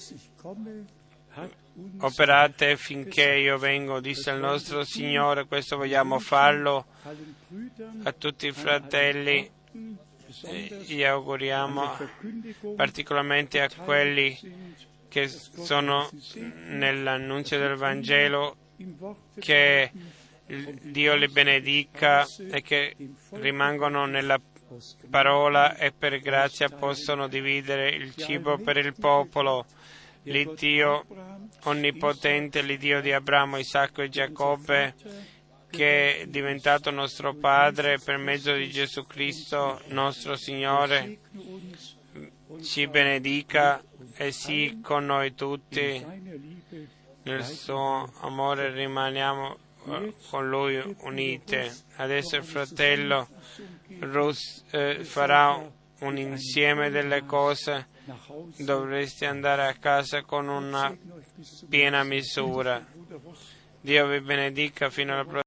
operate finché io vengo, disse il nostro Signore. Questo vogliamo farlo a tutti i fratelli. Gli auguriamo, particolarmente a quelli che sono nell'annunzio del Vangelo, che Dio li benedica e che rimangono nella parola e per grazia possono dividere il cibo per il popolo. L'Iddio onnipotente, l'Iddio di Abramo, Isacco e Giacobbe, che è diventato nostro Padre per mezzo di Gesù Cristo, nostro Signore, ci benedica e sia con noi tutti. Nel suo amore rimaniamo con Lui unite. Adesso il fratello Rus eh, farà un insieme delle cose. Dovreste andare a casa con una piena misura. Dio vi benedica fino alla prossima.